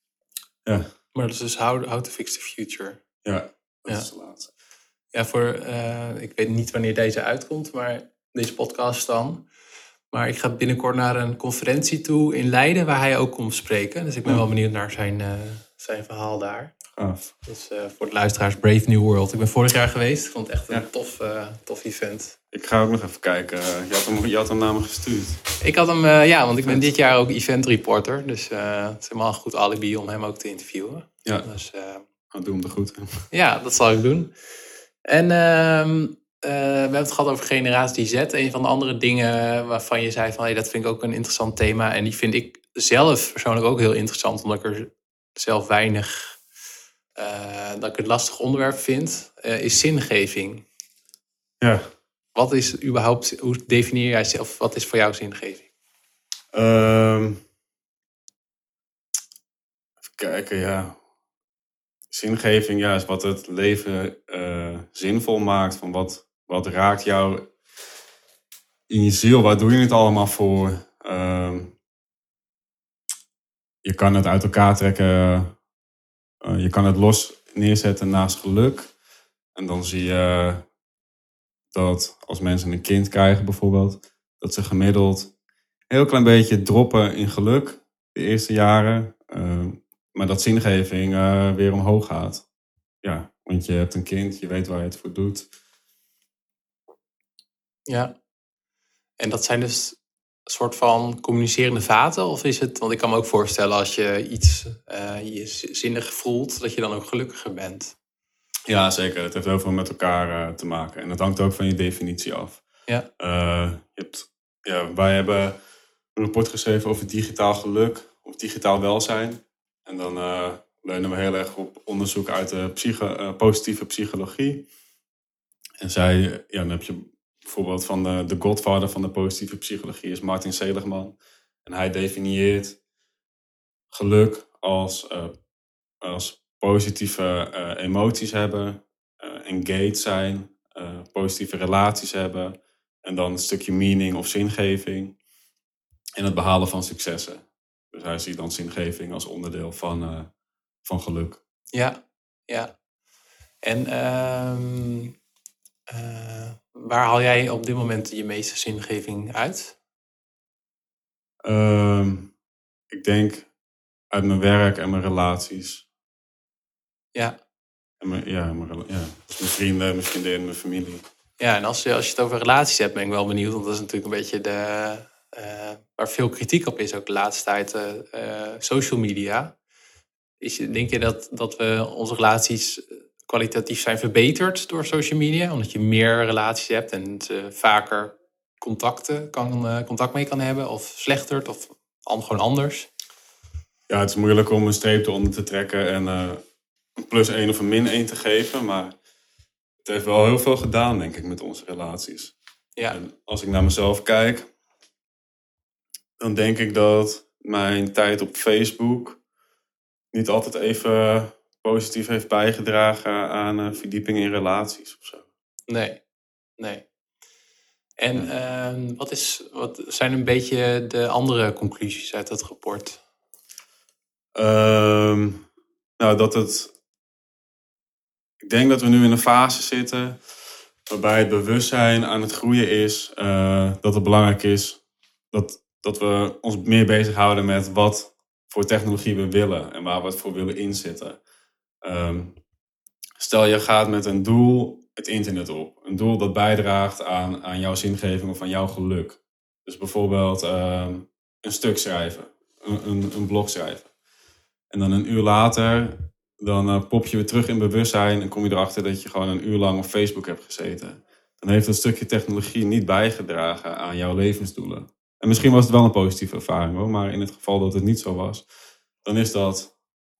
ja. Maar dat is dus How, How to Fix the Future. Ja, dat ja. is de laatste. Ja, voor, uh, ik weet niet wanneer deze uitkomt, maar deze podcast dan. Maar ik ga binnenkort naar een conferentie toe in Leiden, waar hij ook komt spreken. Dus ik ben oh. wel benieuwd naar zijn, uh, zijn verhaal daar. Gaaf. Dus uh, voor de luisteraars Brave New World. Ik ben vorig jaar geweest. Ik vond het echt een ja. tof, uh, tof event. Ik ga ook nog even kijken. Je had hem, je had hem naar me gestuurd. Ik had hem, uh, ja, want ik ben dit jaar ook event reporter. Dus uh, het is helemaal een goed alibi om hem ook te interviewen. Ja, dus, uh, nou, doe hem er goed. Ja, dat zal ik doen. En uh, uh, we hebben het gehad over generatie Z. Een van de andere dingen waarvan je zei van, hey, dat vind ik ook een interessant thema. En die vind ik zelf persoonlijk ook heel interessant, omdat ik er zelf weinig... Uh, dat ik het lastig onderwerp vind, uh, is zingeving. Ja. Wat is überhaupt, hoe definieer jij zelf, wat is voor jou zingeving? Um, even kijken, ja. Zingeving, ja, is wat het leven uh, zinvol maakt. Van wat, wat raakt jou in je ziel? Waar doe je het allemaal voor? Um, je kan het uit elkaar trekken. Uh, je kan het los neerzetten naast geluk. En dan zie je dat als mensen een kind krijgen bijvoorbeeld, dat ze gemiddeld een heel klein beetje droppen in geluk de eerste jaren. Uh, maar dat zingeving uh, weer omhoog gaat. Ja, want je hebt een kind, je weet waar je het voor doet. Ja, en dat zijn dus een soort van communicerende vaten? Of is het, want ik kan me ook voorstellen als je iets uh, je zinnig voelt, dat je dan ook gelukkiger bent. Ja, zeker. Het heeft heel veel met elkaar uh, te maken. En dat hangt ook van je definitie af. Ja. Uh, je hebt, ja, wij hebben een rapport geschreven over digitaal geluk, of digitaal welzijn. En dan uh, leunen we heel erg op onderzoek uit de psycho, uh, positieve psychologie. En zij, ja, dan heb je bijvoorbeeld van de, de godfather van de positieve psychologie is Martin Seligman. En hij definieert geluk als, uh, als positieve uh, emoties hebben, uh, engaged zijn, uh, positieve relaties hebben en dan een stukje meaning of zingeving en het behalen van successen. Dus hij ziet dan zingeving als onderdeel van, uh, van geluk. Ja, ja. En uh, uh, waar haal jij op dit moment je meeste zingeving uit? Uh, ik denk uit mijn werk en mijn relaties. Ja. En mijn, ja, mijn, ja. Dus mijn vrienden, mijn vriendinnen, mijn familie. Ja, en als je, als je het over relaties hebt, ben ik wel benieuwd. Want dat is natuurlijk een beetje de, uh, waar veel kritiek op is, ook de laatste tijd, uh, uh, social media. Is, denk je dat, dat we onze relaties kwalitatief zijn verbeterd door social media? Omdat je meer relaties hebt en uh, vaker contacten kan, uh, contact mee kan hebben? Of slechter, of gewoon anders? Ja, het is moeilijk om een streep eronder te trekken en uh, een plus één of een min één te geven. Maar het heeft wel heel veel gedaan, denk ik, met onze relaties. Ja. En als ik naar mezelf kijk, dan denk ik dat mijn tijd op Facebook niet altijd even positief heeft bijgedragen aan uh, verdieping in relaties of zo. Nee, nee. En ja. uh, wat, is, wat zijn een beetje de andere conclusies uit dat rapport? Um, nou, dat het... Ik denk dat we nu in een fase zitten waarbij het bewustzijn aan het groeien is. Uh, dat het belangrijk is dat, dat we ons meer bezighouden met wat voor technologie we willen en waar we het voor willen inzetten. Um, stel je gaat met een doel het internet op. Een doel dat bijdraagt aan, aan jouw zingeving of aan jouw geluk. Dus bijvoorbeeld um, een stuk schrijven, een, een, een blog schrijven. En dan een uur later, dan uh, pop je weer terug in bewustzijn en kom je erachter dat je gewoon een uur lang op Facebook hebt gezeten. Dan heeft dat stukje technologie niet bijgedragen aan jouw levensdoelen. En misschien was het wel een positieve ervaring hoor, maar in het geval dat het niet zo was, dan is dat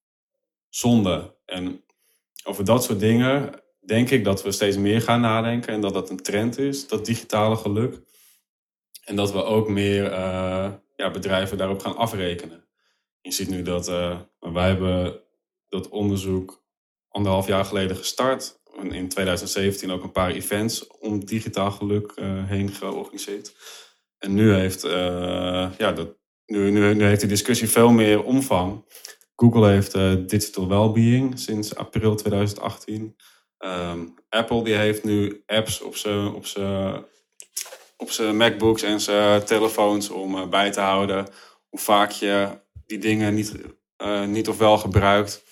zonde. En over dat soort dingen denk ik dat we steeds meer gaan nadenken en dat dat een trend is, dat digitale geluk. En dat we ook meer uh, ja, bedrijven daarop gaan afrekenen. Je ziet nu dat uh, wij hebben dat onderzoek anderhalf jaar geleden gestart. En in twintig zeventien ook een paar events om digitaal geluk uh, heen georganiseerd. En nu heeft, uh, ja, dat, nu, nu, nu heeft die discussie veel meer omvang. Google heeft uh, Digital Wellbeing sinds april twintig achttien. Um, Apple die heeft nu apps op zijn op zijn op zijn MacBooks en zijn telefoons om uh, bij te houden hoe vaak je die dingen niet, uh, niet of wel gebruikt.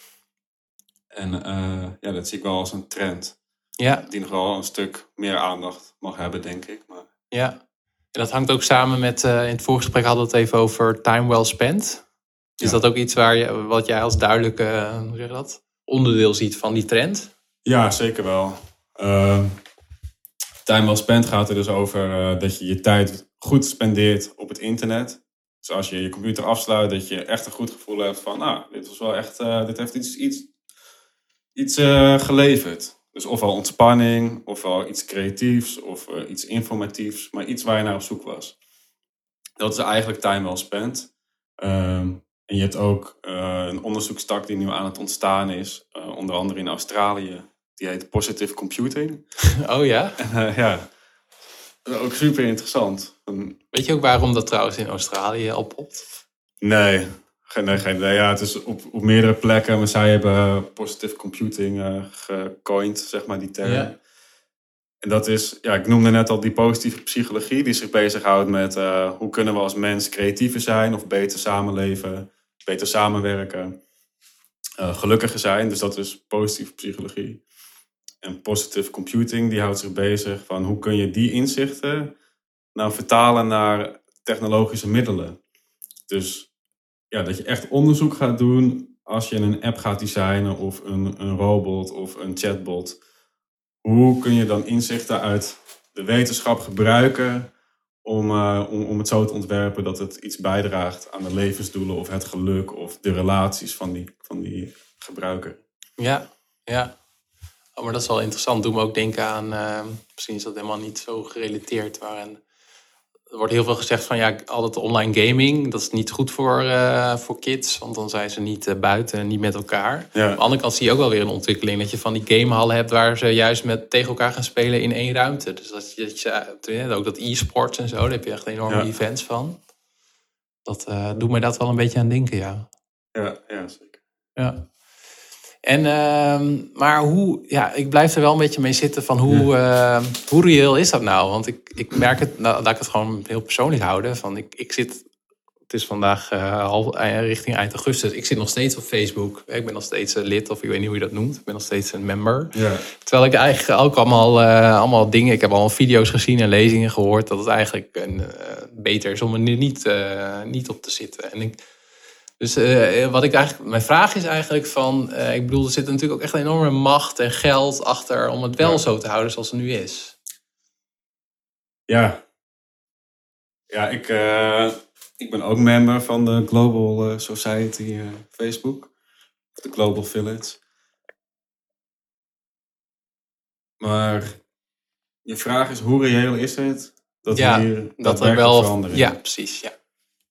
En uh, ja, dat zie ik wel als een trend. Ja. Die nog wel een stuk meer aandacht mag hebben, denk ik. Maar... Ja, en dat hangt ook samen met, uh, in het voorgesprek hadden we het even over time well spent. Is ja. dat ook iets waar je, wat jij als duidelijk uh, hoe zeg je dat, onderdeel ziet van die trend? Ja, zeker wel. Uh, time well spent gaat er dus over uh, dat je je tijd goed spendeert op het internet. Dus als je je computer afsluit, dat je echt een goed gevoel hebt van, nou, dit was wel echt, uh, dit heeft iets, iets, iets uh, geleverd. Dus ofwel ontspanning, ofwel iets creatiefs, of uh, iets informatiefs, maar iets waar je naar op zoek was. Dat is eigenlijk time well spent. Um, en je hebt ook uh, een onderzoekstak die nu aan het ontstaan is, uh, onder andere in Australië. Die heet Positive Computing. Oh ja? Uh, ja, ook super interessant. Um, Weet je ook waarom dat trouwens in Australië oppopt? Nee, geen, nee, geen idee. Ja, het is op, op meerdere plekken. Maar zij hebben positive computing uh, gecoind, zeg maar, die term. Ja. En dat is, ja, ik noemde net al die positieve psychologie die zich bezighoudt met uh, hoe kunnen we als mens creatiever zijn of beter samenleven, beter samenwerken, uh, gelukkiger zijn. Dus dat is positieve psychologie. En positive computing die houdt zich bezig van hoe kun je die inzichten nou vertalen naar technologische middelen. Dus ja, dat je echt onderzoek gaat doen als je een app gaat designen of een, een robot of een chatbot. Hoe kun je dan inzichten uit de wetenschap gebruiken om, uh, om, om het zo te ontwerpen dat het iets bijdraagt aan de levensdoelen of het geluk of de relaties van die, van die gebruiker. Ja, ja. Oh, maar dat is wel interessant. Doe me ook denken aan, uh, misschien is dat helemaal niet zo gerelateerd, maar een, er wordt heel veel gezegd van ja, altijd online gaming, dat is niet goed voor, uh, voor kids, want dan zijn ze niet uh, buiten en niet met elkaar. Ja. Aan de andere kant zie je ook wel weer een ontwikkeling dat je van die gamehallen hebt waar ze juist met tegen elkaar gaan spelen in één ruimte. Dus dat je, dat je ook dat e-sports en zo, daar heb je echt enorme ja. events van. Dat uh, doet mij dat wel een beetje aan denken, ja. Ja, ja zeker. Ja. En, uh, maar hoe, ja, ik blijf er wel een beetje mee zitten van hoe, uh, hoe reëel is dat nou? Want ik, ik merk het, nou, laat ik het gewoon heel persoonlijk houden. Van ik, ik zit, het is vandaag uh, al richting eind augustus. Ik zit nog steeds op Facebook. Ik ben nog steeds uh, lid, of ik weet niet hoe je dat noemt. Ik ben nog steeds een member. Ja. Terwijl ik eigenlijk ook allemaal, uh, allemaal dingen, ik heb al video's gezien en lezingen gehoord, dat het eigenlijk een, uh, beter is om er niet, uh, niet op te zitten. En ik... Dus uh, wat ik eigenlijk, mijn vraag is eigenlijk van, uh, ik bedoel, er zit natuurlijk ook echt een enorme macht en geld achter om het wel ja. zo te houden zoals het nu is. Ja. Ja, ik, uh, ik ben ook member van de Global Society uh, Facebook. De Global Village. Maar je vraag is, hoe reëel is het dat ja, hier dat er wel veranderen? Ja, precies, ja.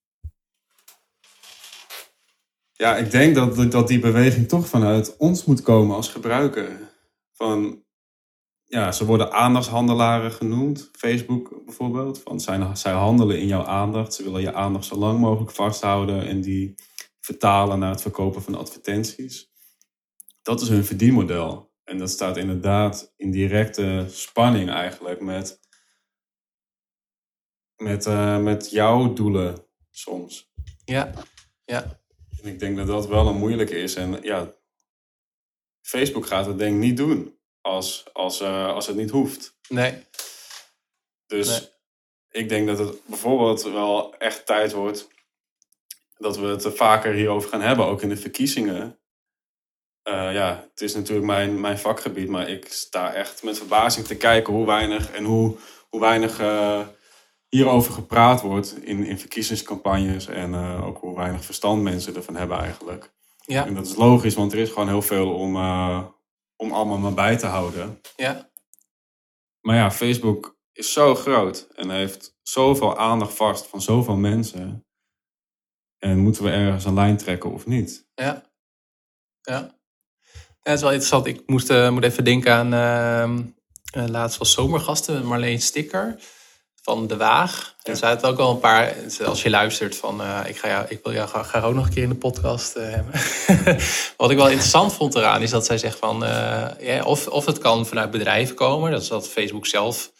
Ja, ik denk dat, dat die beweging toch vanuit ons moet komen als gebruiker. Van, ja, ze worden aandachtshandelaren genoemd. Facebook bijvoorbeeld. Van, zij, zij handelen in jouw aandacht. Ze willen je aandacht zo lang mogelijk vasthouden. En die vertalen naar het verkopen van advertenties. Dat is hun verdienmodel. En dat staat inderdaad in directe spanning eigenlijk met met, uh, met jouw doelen soms. Ja, ja. En ik denk dat dat wel een moeilijke is. En ja, Facebook gaat het denk ik niet doen als, als, uh, als het niet hoeft. Nee. Dus nee. ik denk dat het bijvoorbeeld wel echt tijd wordt dat we het vaker hierover gaan hebben, ook in de verkiezingen. Uh, ja, het is natuurlijk mijn, mijn vakgebied, maar ik sta echt met verbazing te kijken hoe weinig en hoe, hoe weinig uh, hierover gepraat wordt in, in verkiezingscampagnes en uh, ook hoe weinig verstand mensen ervan hebben eigenlijk. Ja. En dat is logisch, want er is gewoon heel veel om, uh, om allemaal maar bij te houden. Ja. Maar ja, Facebook is zo groot en heeft zoveel aandacht vast van zoveel mensen. En moeten we ergens een lijn trekken of niet? Ja. Ja. Ja, het is wel interessant. Ik moest, uh, moet even denken aan uh, uh, laatst was Zomergasten met Marleen Sticker van De Waag. En Ja. zij had ook wel een paar, als je luistert van uh, ik, ga jou, ik wil jou graag ook nog een keer in de podcast uh, hebben. Wat ik wel interessant vond eraan is dat zij zegt van uh, ja, of, of het kan vanuit bedrijven komen. Dat is dat Facebook zelf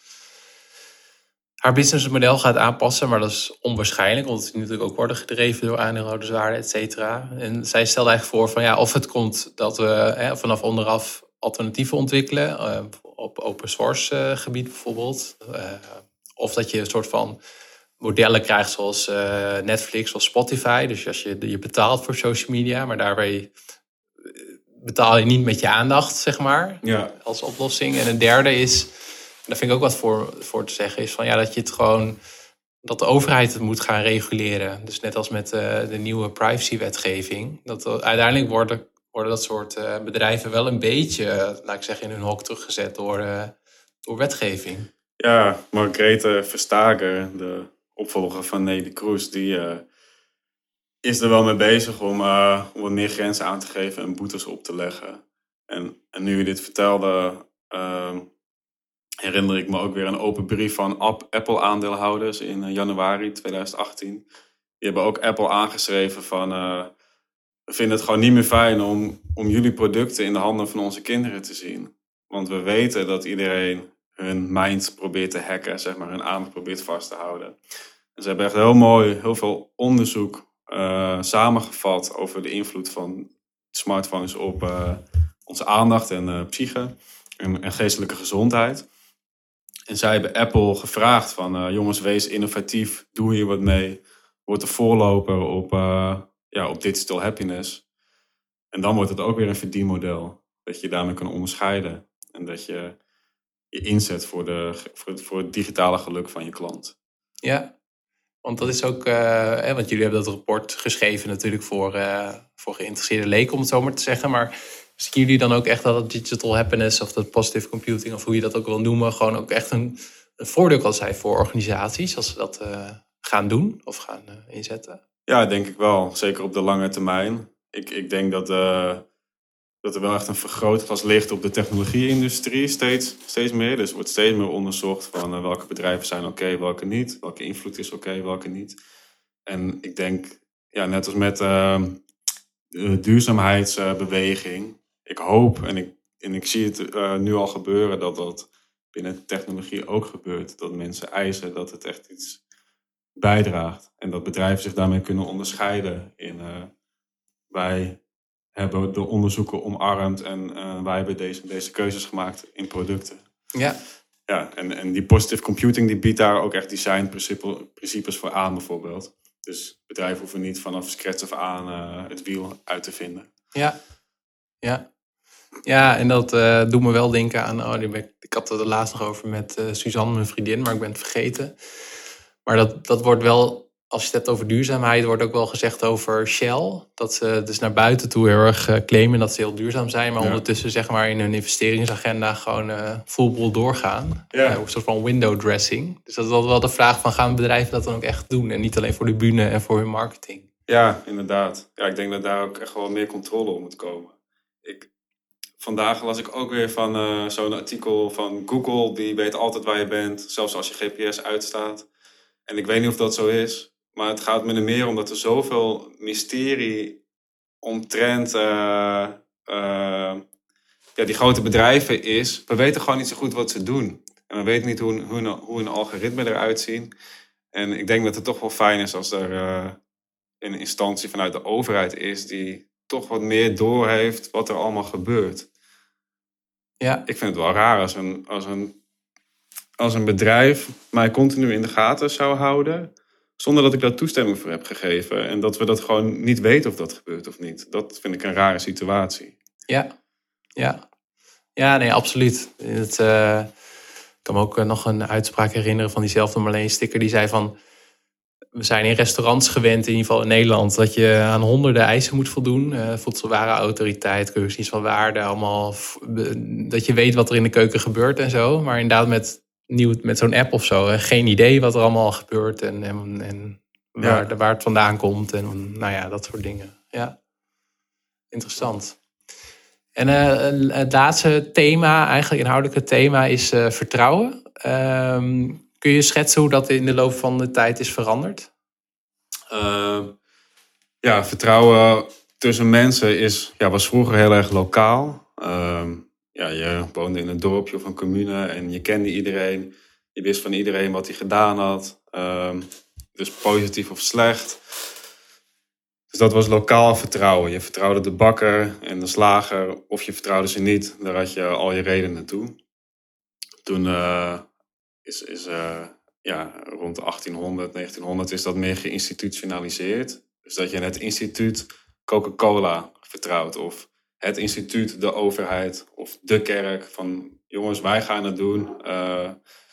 haar businessmodel gaat aanpassen, maar dat is onwaarschijnlijk, want het natuurlijk ook worden gedreven door aandeelhouderswaarde, et cetera. En zij stelde eigenlijk voor van ja, of het komt dat we hè, vanaf onderaf alternatieven ontwikkelen, uh, op open source uh, gebied bijvoorbeeld. Uh, of dat je een soort van modellen krijgt zoals uh, Netflix of Spotify. Dus als je, je betaalt voor social media, maar daarbij betaal je niet met je aandacht, zeg maar, ja. als oplossing. En een derde is, daar vind ik ook wat voor, voor te zeggen, is van ja, dat je het gewoon, dat de overheid het moet gaan reguleren. Dus net als met uh, de nieuwe privacywetgeving. Dat er, uiteindelijk worden, worden dat soort uh, bedrijven wel een beetje, uh, laat ik zeggen, in hun hok teruggezet door, uh, door wetgeving. Ja, Margrethe Vestager, de opvolger van Neelie Kroes, die uh, is er wel mee bezig om, uh, om wat meer grenzen aan te geven en boetes op te leggen. En, en nu je dit vertelde, uh, herinner ik me ook weer een open brief van Apple-aandeelhouders in januari tweeduizend achttien. Die hebben ook Apple aangeschreven van uh, we vinden het gewoon niet meer fijn om, om jullie producten in de handen van onze kinderen te zien. Want we weten dat iedereen hun mind probeert te hacken, zeg maar, hun aandacht probeert vast te houden. En ze hebben echt heel mooi, heel veel onderzoek uh, samengevat over de invloed van smartphones op uh, onze aandacht en uh, psyche en, en geestelijke gezondheid. En zij hebben Apple gevraagd van uh, jongens, wees innovatief, doe hier wat mee. Word de voorloper op, uh, ja, op digital happiness. En dan wordt het ook weer een verdienmodel. Dat je daarmee kan onderscheiden. En dat je je inzet voor, de, voor, het, voor het digitale geluk van je klant. Ja, want dat is ook, uh, hè, want jullie hebben dat rapport geschreven natuurlijk voor, uh, voor geïnteresseerde leken, om het zo maar te zeggen. Maar zien jullie dan ook echt dat het digital happiness of dat positive computing, of hoe je dat ook wil noemen, gewoon ook echt een, een voordeel kan zijn voor organisaties als ze dat uh, gaan doen of gaan uh, inzetten? Ja, denk ik wel. Zeker op de lange termijn. Ik, ik denk dat, uh, dat er wel echt een vergrootglas ligt op de technologie-industrie steeds, steeds meer. Dus er wordt steeds meer onderzocht van uh, welke bedrijven zijn oké, okay, welke niet. Welke invloed is oké, okay, welke niet. En ik denk, ja, net als met uh, de duurzaamheidsbeweging. Ik hoop en ik, en ik zie het uh, nu al gebeuren dat dat binnen technologie ook gebeurt. Dat mensen eisen dat het echt iets bijdraagt. En dat bedrijven zich daarmee kunnen onderscheiden. In, uh, wij hebben de onderzoeken omarmd en uh, wij hebben deze, deze keuzes gemaakt in producten. Ja. Ja, en, en die positive computing die biedt daar ook echt designprincipes voor aan bijvoorbeeld. Dus bedrijven hoeven niet vanaf scratch af aan uh, het wiel uit te vinden. Ja, ja. Ja, en dat uh, doet me wel denken aan, oh, ik, ik had het er laatst nog over met uh, Suzanne, mijn vriendin, maar ik ben het vergeten. Maar dat, dat wordt wel, als je het hebt over duurzaamheid, wordt ook wel gezegd over Shell. Dat ze dus naar buiten toe heel erg uh, claimen dat ze heel duurzaam zijn. Maar ja. ondertussen zeg maar in hun investeringsagenda gewoon uh, full boel doorgaan. Ja. Uh, een soort van window dressing. Dus dat is wel de vraag van, gaan bedrijven dat dan ook echt doen? En niet alleen voor de bühne en voor hun marketing. Ja, inderdaad. Ja, ik denk dat daar ook echt wel meer controle op moet komen. Ik, vandaag las ik ook weer van uh, zo'n artikel van Google. Die weet altijd waar je bent, zelfs als je G P S uitstaat. En ik weet niet of dat zo is. Maar het gaat me er meer om dat er zoveel mysterie omtrent uh, uh, ja, die grote bedrijven is. We weten gewoon niet zo goed wat ze doen. En we weten niet hoe, hoe, hoe een algoritme eruit ziet. En ik denk dat het toch wel fijn is als er uh, een instantie vanuit de overheid is die toch wat meer doorheeft wat er allemaal gebeurt. Ja. Ik vind het wel raar als een, als een, als een bedrijf mij continu in de gaten zou houden, zonder dat ik daar toestemming voor heb gegeven. En dat we dat gewoon niet weten of dat gebeurt of niet. Dat vind ik een rare situatie. Ja, ja. Ja, nee, absoluut. Het, uh, ik kan me ook nog een uitspraak herinneren van diezelfde Marleen Sticker. Die zei van, we zijn in restaurants gewend, in ieder geval in Nederland, dat je aan honderden eisen moet voldoen. Uh, voedselwarenautoriteit, kwesties van waarde, allemaal. Dat je weet wat er in de keuken gebeurt en zo. Maar inderdaad met, nieuw, met zo'n app of zo, uh, geen idee wat er allemaal gebeurt en, en, en waar, ja. waar het vandaan komt. En nou ja, dat soort dingen. Ja, interessant. En uh, het laatste thema, eigenlijk inhoudelijke thema, is uh, vertrouwen. Um, kun je schetsen hoe dat in de loop van de tijd is veranderd? Uh, ja, vertrouwen tussen mensen is, ja, was vroeger heel erg lokaal. Uh, ja, je woonde in een dorpje of een commune en je kende iedereen. Je wist van iedereen wat hij gedaan had. Uh, dus positief of slecht. Dus dat was lokaal vertrouwen. Je vertrouwde de bakker en de slager, of je vertrouwde ze niet. Daar had je al je redenen toe. Toen uh, is, is uh, ja, rond de achttienhonderd, negentienhonderd is dat meer geïnstitutionaliseerd. Dus dat je het instituut Coca-Cola vertrouwt, of het instituut de overheid, of de kerk. Van jongens, wij gaan het doen. Uh,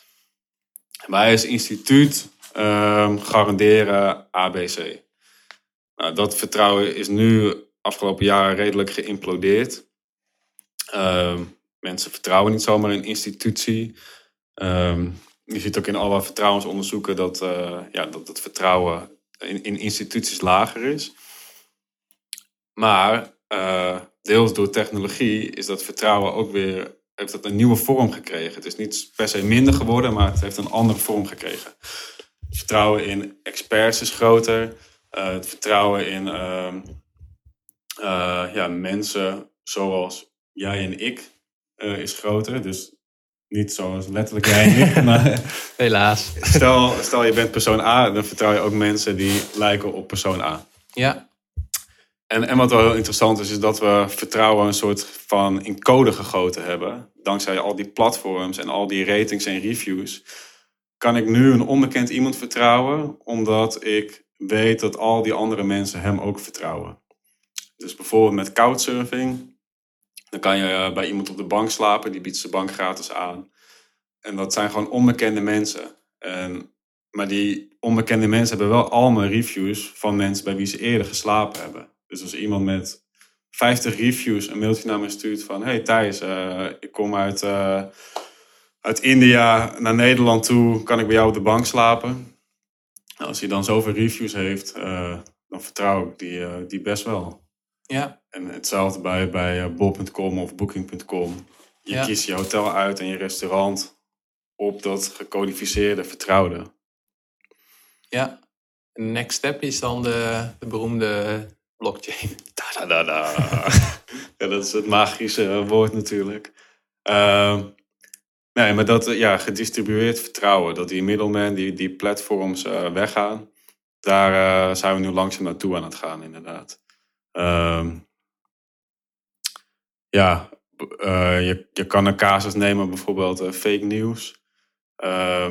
wij als instituut uh, garanderen A B C. Nou, dat vertrouwen is nu afgelopen jaren redelijk geïmplodeerd. Uh, mensen vertrouwen niet zomaar in institutie. Uh, je ziet ook in alle vertrouwensonderzoeken dat, uh, ja, dat het vertrouwen in, in instituties lager is. Maar uh, deels door technologie is dat vertrouwen ook weer, heeft dat een nieuwe vorm gekregen. Het is niet per se minder geworden, maar het heeft een andere vorm gekregen. Het vertrouwen in experts is groter. Uh, het vertrouwen in uh, uh, ja, mensen zoals jij en ik uh, is groter. Dus niet zoals letterlijk jij en ik. Maar helaas. Stel, stel je bent persoon A, dan vertrouw je ook mensen die lijken op persoon A. Ja. En, en wat wel heel interessant is, is dat we vertrouwen een soort van in code gegoten hebben. Dankzij al die platforms en al die ratings en reviews kan ik nu een onbekend iemand vertrouwen, omdat ik weet dat al die andere mensen hem ook vertrouwen. Dus bijvoorbeeld met couchsurfing. Dan kan je bij iemand op de bank slapen. Die biedt zijn bank gratis aan. En dat zijn gewoon onbekende mensen. En, maar die onbekende mensen hebben wel allemaal reviews van mensen bij wie ze eerder geslapen hebben. Dus als iemand met vijftig reviews een mailtje naar me stuurt van, hey Thijs, uh, ik kom uit, uh, uit India naar Nederland toe. Kan ik bij jou op de bank slapen? Als hij dan zoveel reviews heeft, uh, dan vertrouw ik die, uh, die best wel. Ja. En hetzelfde bij, bij bol punt com of booking punt com. Je ja. kiest je hotel uit en je restaurant op dat gecodificeerde vertrouwde. Ja. De next step is dan de, de beroemde blockchain. Da, da, da, da. Ja, dat is het magische woord natuurlijk. Uh, nee, maar dat ja, gedistribueerd vertrouwen. Dat die middlemen, die, die platforms uh, weggaan. Daar uh, zijn we nu langzaam naartoe aan het gaan, inderdaad. Uh, ja, uh, je, je kan een casus nemen, bijvoorbeeld uh, fake news. Uh,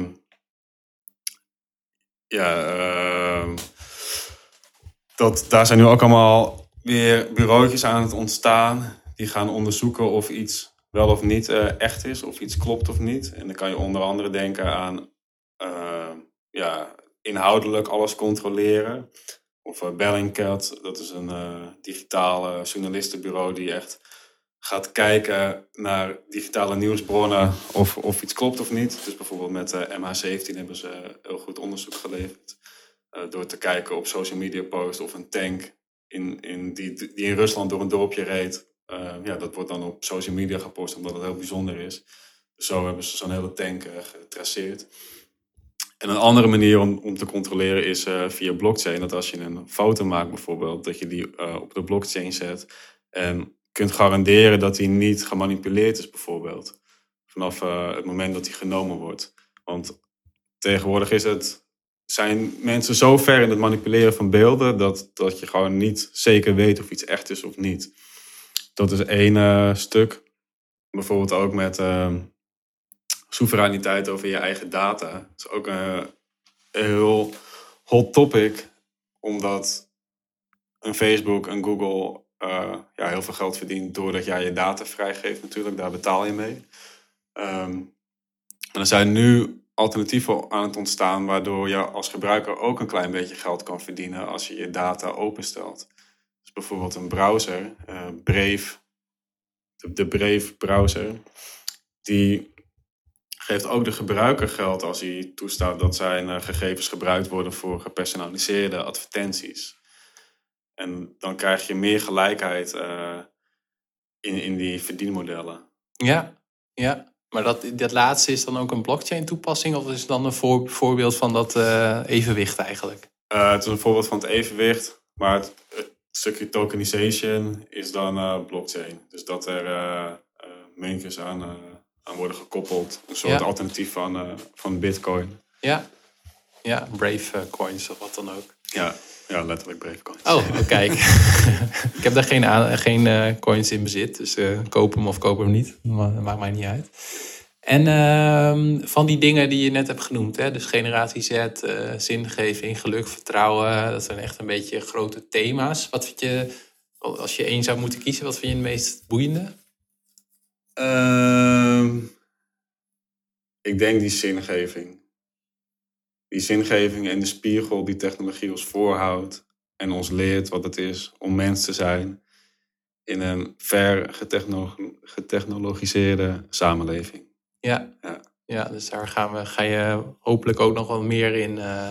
ja, uh, dat, daar zijn nu ook allemaal weer bureautjes aan het ontstaan. Die gaan onderzoeken of iets wel of niet uh, echt is, of iets klopt of niet. En dan kan je onder andere denken aan uh, ja, inhoudelijk alles controleren. Of uh, Bellingcat, dat is een uh, digitaal journalistenbureau die echt gaat kijken naar digitale nieuwsbronnen of, of iets klopt of niet. Dus bijvoorbeeld met uh, M H zeventien hebben ze heel goed onderzoek geleverd. Uh, door te kijken op social media posts of een tank in, in die, die in Rusland door een dorpje reed. Uh, ja, dat wordt dan op social media gepost omdat het heel bijzonder is. Dus zo hebben ze zo'n hele tank uh, getraceerd. En een andere manier om, om te controleren is uh, via blockchain. Dat als je een foto maakt bijvoorbeeld, dat je die uh, op de blockchain zet. En kunt garanderen dat die niet gemanipuleerd is bijvoorbeeld. Vanaf uh, het moment dat die genomen wordt. Want tegenwoordig is het zijn mensen zo ver in het manipuleren van beelden dat, dat je gewoon niet zeker weet of iets echt is of niet. Dat is één uh, stuk. Bijvoorbeeld ook met uh, soevereiniteit over je eigen data. Dat is ook uh, een heel hot topic, omdat een Facebook, een Google uh, ja, heel veel geld verdient doordat jij je data vrijgeeft natuurlijk. Daar betaal je mee. Um, en er zijn nu alternatieven aan het ontstaan waardoor je als gebruiker ook een klein beetje geld kan verdienen als je je data openstelt. Dus bijvoorbeeld een browser, uh, Brave, de, de Brave browser, die geeft ook de gebruiker geld als hij toestaat dat zijn uh, gegevens gebruikt worden voor gepersonaliseerde advertenties. En dan krijg je meer gelijkheid uh, in, in die verdienmodellen. Ja, ja. Maar dat, dat laatste is dan ook een blockchain toepassing of is het dan een voor, voorbeeld van dat uh, evenwicht eigenlijk? Uh, het is een voorbeeld van het evenwicht, maar het, het stukje tokenization is dan uh, blockchain. Dus dat er uh, uh, muntjes aan, uh, aan worden gekoppeld. Een soort ja. alternatief van, uh, van Bitcoin. Ja, ja Brave uh, coins of wat dan ook. Ja, ja letterlijk Brave coins. Oh, kijk. Ik heb daar geen, aan, geen uh, coins in bezit, dus uh, koop hem of koop hem niet. Dat maakt mij niet uit. En uh, van die dingen die je net hebt genoemd, hè, dus generatie Z, uh, zingeving, geluk, vertrouwen, dat zijn echt een beetje grote thema's. Wat vind je, als je één zou moeten kiezen, wat vind je het meest boeiende? Uh, ik denk die zingeving. Die zingeving en de spiegel die technologie ons voorhoudt en ons leert wat het is om mens te zijn in een ver getechno- getechnologiseerde samenleving. Ja. Ja. Ja, dus daar gaan we, ga je hopelijk ook nog wat meer in uh,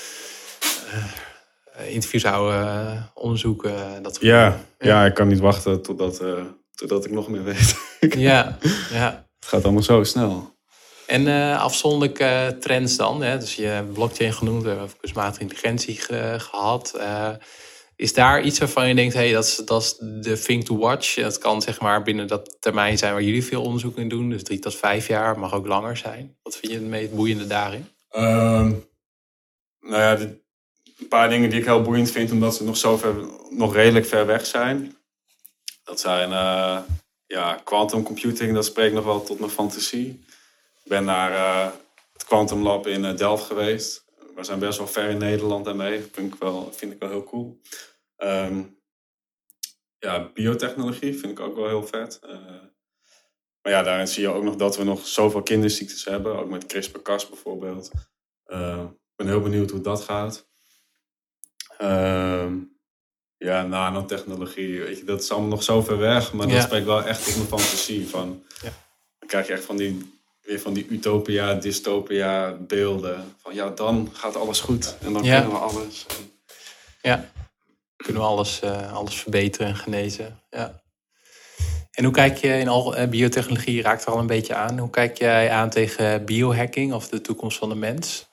uh, interviews houden, uh, onderzoeken. Dat ja, ja. ja, ik kan niet wachten totdat, uh, totdat ik nog meer weet. ja, ja. Het gaat allemaal zo snel. En uh, afzonderlijke trends dan, hè? Dus je hebt blockchain genoemd, we hebben kunstmatige intelligentie ge- gehad. Uh, is daar iets waarvan je denkt, hey, dat is, dat is de thing to watch. Dat kan zeg maar binnen dat termijn zijn waar jullie veel onderzoek in doen. Dus drie tot vijf jaar, mag ook langer zijn. Wat vind je het meest boeiende daarin? Um, nou ja, de, een paar dingen die ik heel boeiend vind, omdat ze nog zo ver, nog redelijk ver weg zijn. Dat zijn uh, ja, quantum computing, dat spreekt nog wel tot mijn fantasie. Ik ben naar uh, het Quantum Lab in uh, Delft geweest. We zijn best wel ver in Nederland daarmee. Dat vind ik wel, vind ik wel heel cool. Um, ja, biotechnologie vind ik ook wel heel vet. Uh, maar ja, daarin zie je ook nog dat we nog zoveel kinderziektes hebben. Ook met CRISPR-Cas bijvoorbeeld. Uh, ik ben heel benieuwd hoe dat gaat. Uh, ja, nanotechnologie. Weet je, dat is allemaal nog zo ver weg. Maar ja. Dat spreekt wel echt tot mijn fantasie. Van, ja. Dan krijg je echt van die... weer van die utopia, dystopia beelden. Van ja, dan gaat alles goed. En dan ja. kunnen we alles. Ja, kunnen we alles, uh, alles verbeteren en genezen. Ja. En hoe kijk je in al uh, biotechnologie, raakt er al een beetje aan. Hoe kijk jij aan tegen biohacking of de toekomst van de mens?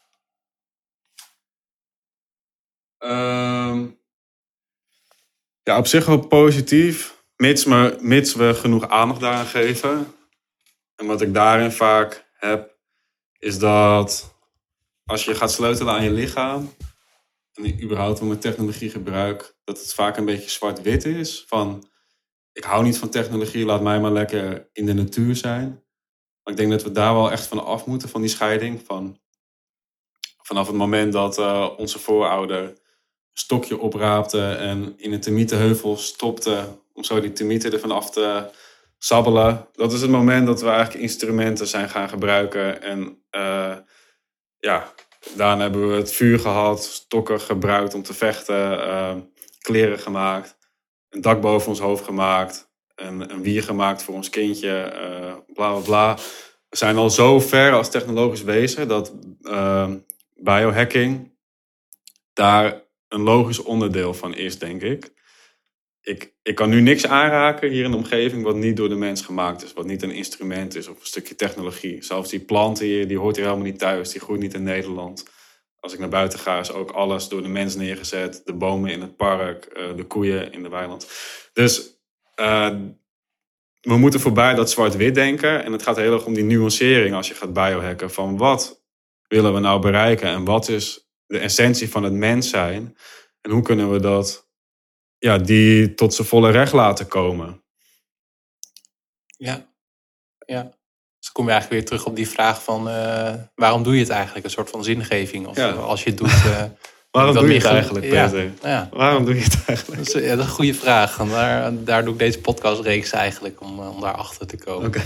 Um, ja, op zich wel positief. Mits, me, mits we genoeg aandacht daaraan geven. En wat ik daarin vaak heb, is dat als je gaat sleutelen aan je lichaam, en überhaupt met technologie gebruik, dat het vaak een beetje zwart-wit is. Van, ik hou niet van technologie, laat mij maar lekker in de natuur zijn. Maar ik denk dat we daar wel echt van af moeten, van die scheiding. Van, vanaf het moment dat uh, onze voorouder een stokje opraapte en in een termietenheuvel stopte, om zo die termieten ervan af te sabbelen. Dat is het moment dat we eigenlijk instrumenten zijn gaan gebruiken. En uh, ja, daarna hebben we het vuur gehad, stokken gebruikt om te vechten, uh, kleren gemaakt, een dak boven ons hoofd gemaakt, een, een wier gemaakt voor ons kindje, uh, bla bla bla. We zijn al zo ver als technologisch wezen dat uh, biohacking daar een logisch onderdeel van is, denk ik. Ik, ik kan nu niks aanraken hier in de omgeving wat niet door de mens gemaakt is. Wat niet een instrument is of een stukje technologie. Zelfs die planten hier, die hoort hier helemaal niet thuis. Die groeit niet in Nederland. Als ik naar buiten ga is ook alles door de mens neergezet. De bomen in het park, uh, de koeien in de weiland. Dus uh, we moeten voorbij dat zwart-wit denken. En het gaat heel erg om die nuancering als je gaat biohacken. Van wat willen we nou bereiken en wat is de essentie van het mens zijn. En hoe kunnen we dat, ja, die tot zijn volle recht laten komen? Ja, ja. Dus dan kom je eigenlijk weer terug op die vraag van uh, waarom doe je het eigenlijk? Een soort van zingeving. Of ja. als je het doet... Uh, waarom doe je het gel- eigenlijk, Peter? Ja, ja. Waarom doe je het eigenlijk? Dat is, ja, dat is een goede vraag. En daar, daar doe ik deze podcastreeks eigenlijk om, om daarachter te komen. Okay.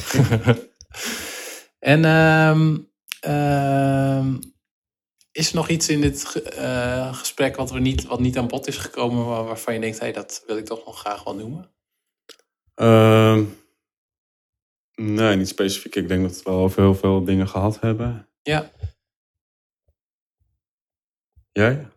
en um, um, is er nog iets in dit uh, gesprek wat, we niet, wat niet aan bod is gekomen... Waar, waarvan je denkt, hey, dat wil ik toch nog graag wel noemen? Uh, nee, niet specifiek. Ik denk dat we wel over heel veel dingen gehad hebben. Ja. Jij?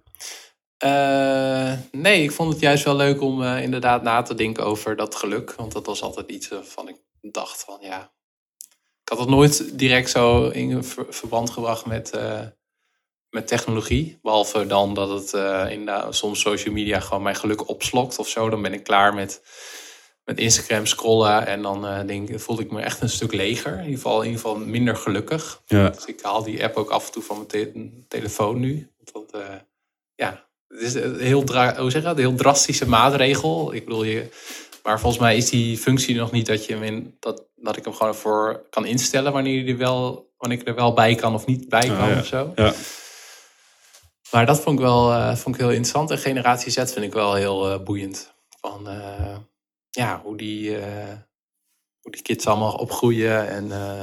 Uh, nee, ik vond het juist wel leuk om uh, inderdaad na te denken over dat geluk. Want dat was altijd iets waarvan ik dacht van ja... Ik had het nooit direct zo in ver- verband gebracht met, uh, met technologie. Behalve dan dat het uh, inderdaad soms social media gewoon mijn geluk opslokt of zo. Dan ben ik klaar met, met Instagram scrollen. En dan uh, denk, voelde ik me echt een stuk leger. In ieder geval, in ieder geval minder gelukkig. Ja. Dus ik haal die app ook af en toe van mijn te- telefoon nu. Want uh, ja... Het is een heel, dra- hoe zeg je dat? Een heel drastische maatregel. Ik bedoel, je, maar volgens mij is die functie nog niet dat, je hem in, dat, dat ik hem gewoon ervoor kan instellen wanneer, je er wel, wanneer ik er wel bij kan of niet bij kan oh, ja. of zo. Ja. Maar dat vond ik wel uh, vond ik heel interessant. En Generatie Z vind ik wel heel uh, boeiend. Van uh, ja, hoe die, uh, hoe die kids allemaal opgroeien. En uh,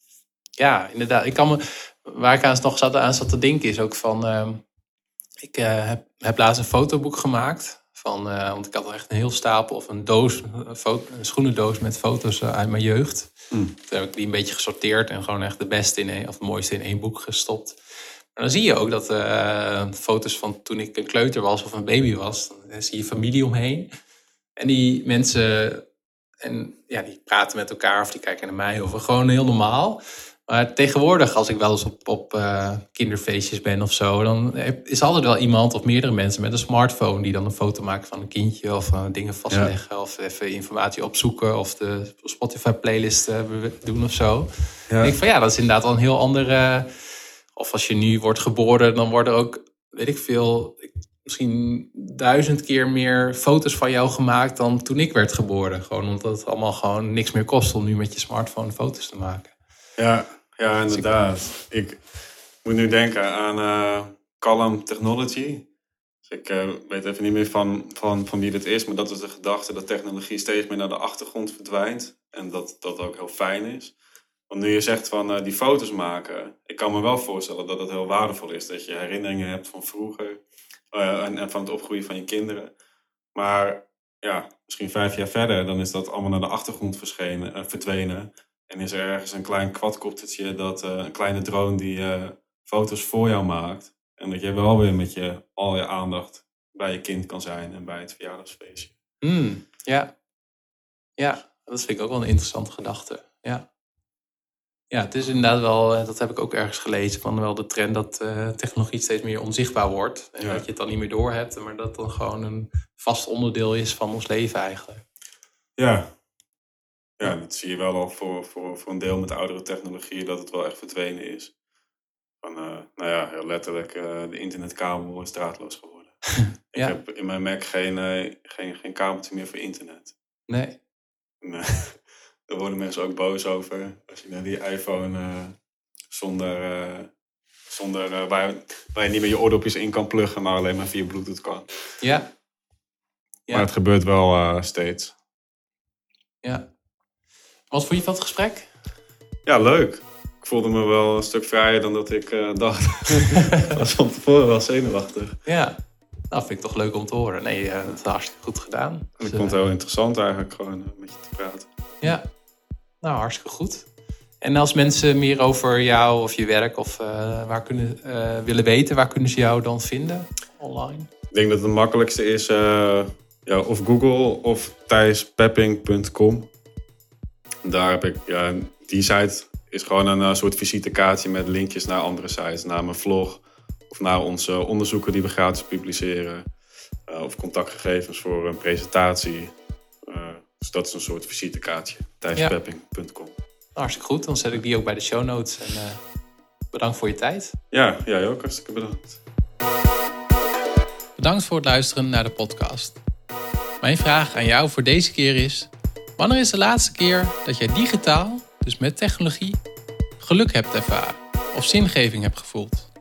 ja, inderdaad. Ik kan me, waar ik aan nog zat, aan zat te denken is ook van... Uh, Ik uh, heb, heb laatst een fotoboek gemaakt. Van, uh, want ik had echt een heel stapel of een doos, een, foto, een schoenendoos met foto's uh, uit mijn jeugd. Mm. Toen heb ik die een beetje gesorteerd en gewoon echt de beste in een, of het mooiste in één boek gestopt. Maar dan zie je ook dat uh, foto's van toen ik een kleuter was of een baby was, dan zie je familie omheen. En die mensen, en, ja, die praten met elkaar of die kijken naar mij of gewoon heel normaal. Maar tegenwoordig, als ik wel eens op, op uh, kinderfeestjes ben of zo... dan is er altijd wel iemand of meerdere mensen met een smartphone... die dan een foto maken van een kindje of uh, dingen vastleggen... Ja. Of even informatie opzoeken of de Spotify-playlist uh, doen of zo. Ja. En ik van ja, dat is inderdaad al een heel andere... Of als je nu wordt geboren, dan worden er ook, weet ik veel... misschien duizend keer meer foto's van jou gemaakt dan toen ik werd geboren. Gewoon omdat het allemaal gewoon niks meer kost om nu met je smartphone foto's te maken. Ja, ja, inderdaad. Ik moet nu denken aan uh, Calm Technology. Dus ik uh, weet even niet meer van, van, van wie dit is, maar dat is de gedachte dat technologie steeds meer naar de achtergrond verdwijnt. En dat dat ook heel fijn is. Want nu je zegt van uh, die foto's maken, ik kan me wel voorstellen dat het heel waardevol is. Dat je herinneringen hebt van vroeger uh, en, en van het opgroeien van je kinderen. Maar ja, misschien vijf jaar verder, dan is dat allemaal naar de achtergrond verschenen, uh, verdwenen. En is er ergens een klein quadcoptertje, dat, uh, een kleine drone die uh, foto's voor jou maakt. En dat je wel weer met je, al je aandacht bij je kind kan zijn en bij het verjaardagsfeestje. Mm, ja. ja, dat vind ik ook wel een interessante gedachte. Ja. ja, het is inderdaad wel, dat heb ik ook ergens gelezen, van wel de trend dat uh, technologie steeds meer onzichtbaar wordt. En ja. dat je het dan niet meer doorhebt, maar dat het dan gewoon een vast onderdeel is van ons leven eigenlijk. Ja. Ja, dat zie je wel al voor, voor, voor een deel met de oudere technologie, dat het wel echt verdwenen is. Van, uh, nou ja, heel letterlijk, uh, de internetkabel is draadloos geworden. ja. Ik heb in mijn Mac geen, uh, geen, geen kabeltje meer voor internet. Nee. En, uh, daar worden mensen ook boos over. Als je naar die iPhone uh, zonder, uh, zonder uh, waar, waar je niet meer je oordopjes in kan pluggen, maar alleen maar via Bluetooth kan. Ja. ja. Maar het gebeurt wel uh, steeds. Ja. Wat vond je van het gesprek? Ja, leuk. Ik voelde me wel een stuk vrijer dan dat ik uh, dacht. Ik was van tevoren wel zenuwachtig. Ja, nou vind ik toch leuk om te horen. Nee, uh, dat is hartstikke goed gedaan. En dus, ik vond het heel interessant eigenlijk gewoon uh, met je te praten. Ja, nou hartstikke goed. En als mensen meer over jou of je werk of uh, waar kunnen, uh, willen weten, waar kunnen ze jou dan vinden online? Ik denk dat het makkelijkste is uh, ja, of Google of thijs pepping punt com. Daar heb ik, ja, die site is gewoon een uh, soort visitekaartje met linkjes naar andere sites. Naar mijn vlog of naar onze onderzoeken die we gratis publiceren. Uh, of contactgegevens voor een presentatie. Uh, dus dat is een soort visitekaartje. thijs pepping punt com. Ja. Hartstikke goed, dan zet ik die ook bij de show notes. En uh, bedankt voor je tijd. Ja, jij ook. Hartstikke bedankt. Bedankt voor het luisteren naar de podcast. Mijn vraag aan jou voor deze keer is: wanneer is de laatste keer dat jij digitaal, dus met technologie, geluk hebt ervaren of zingeving hebt gevoeld?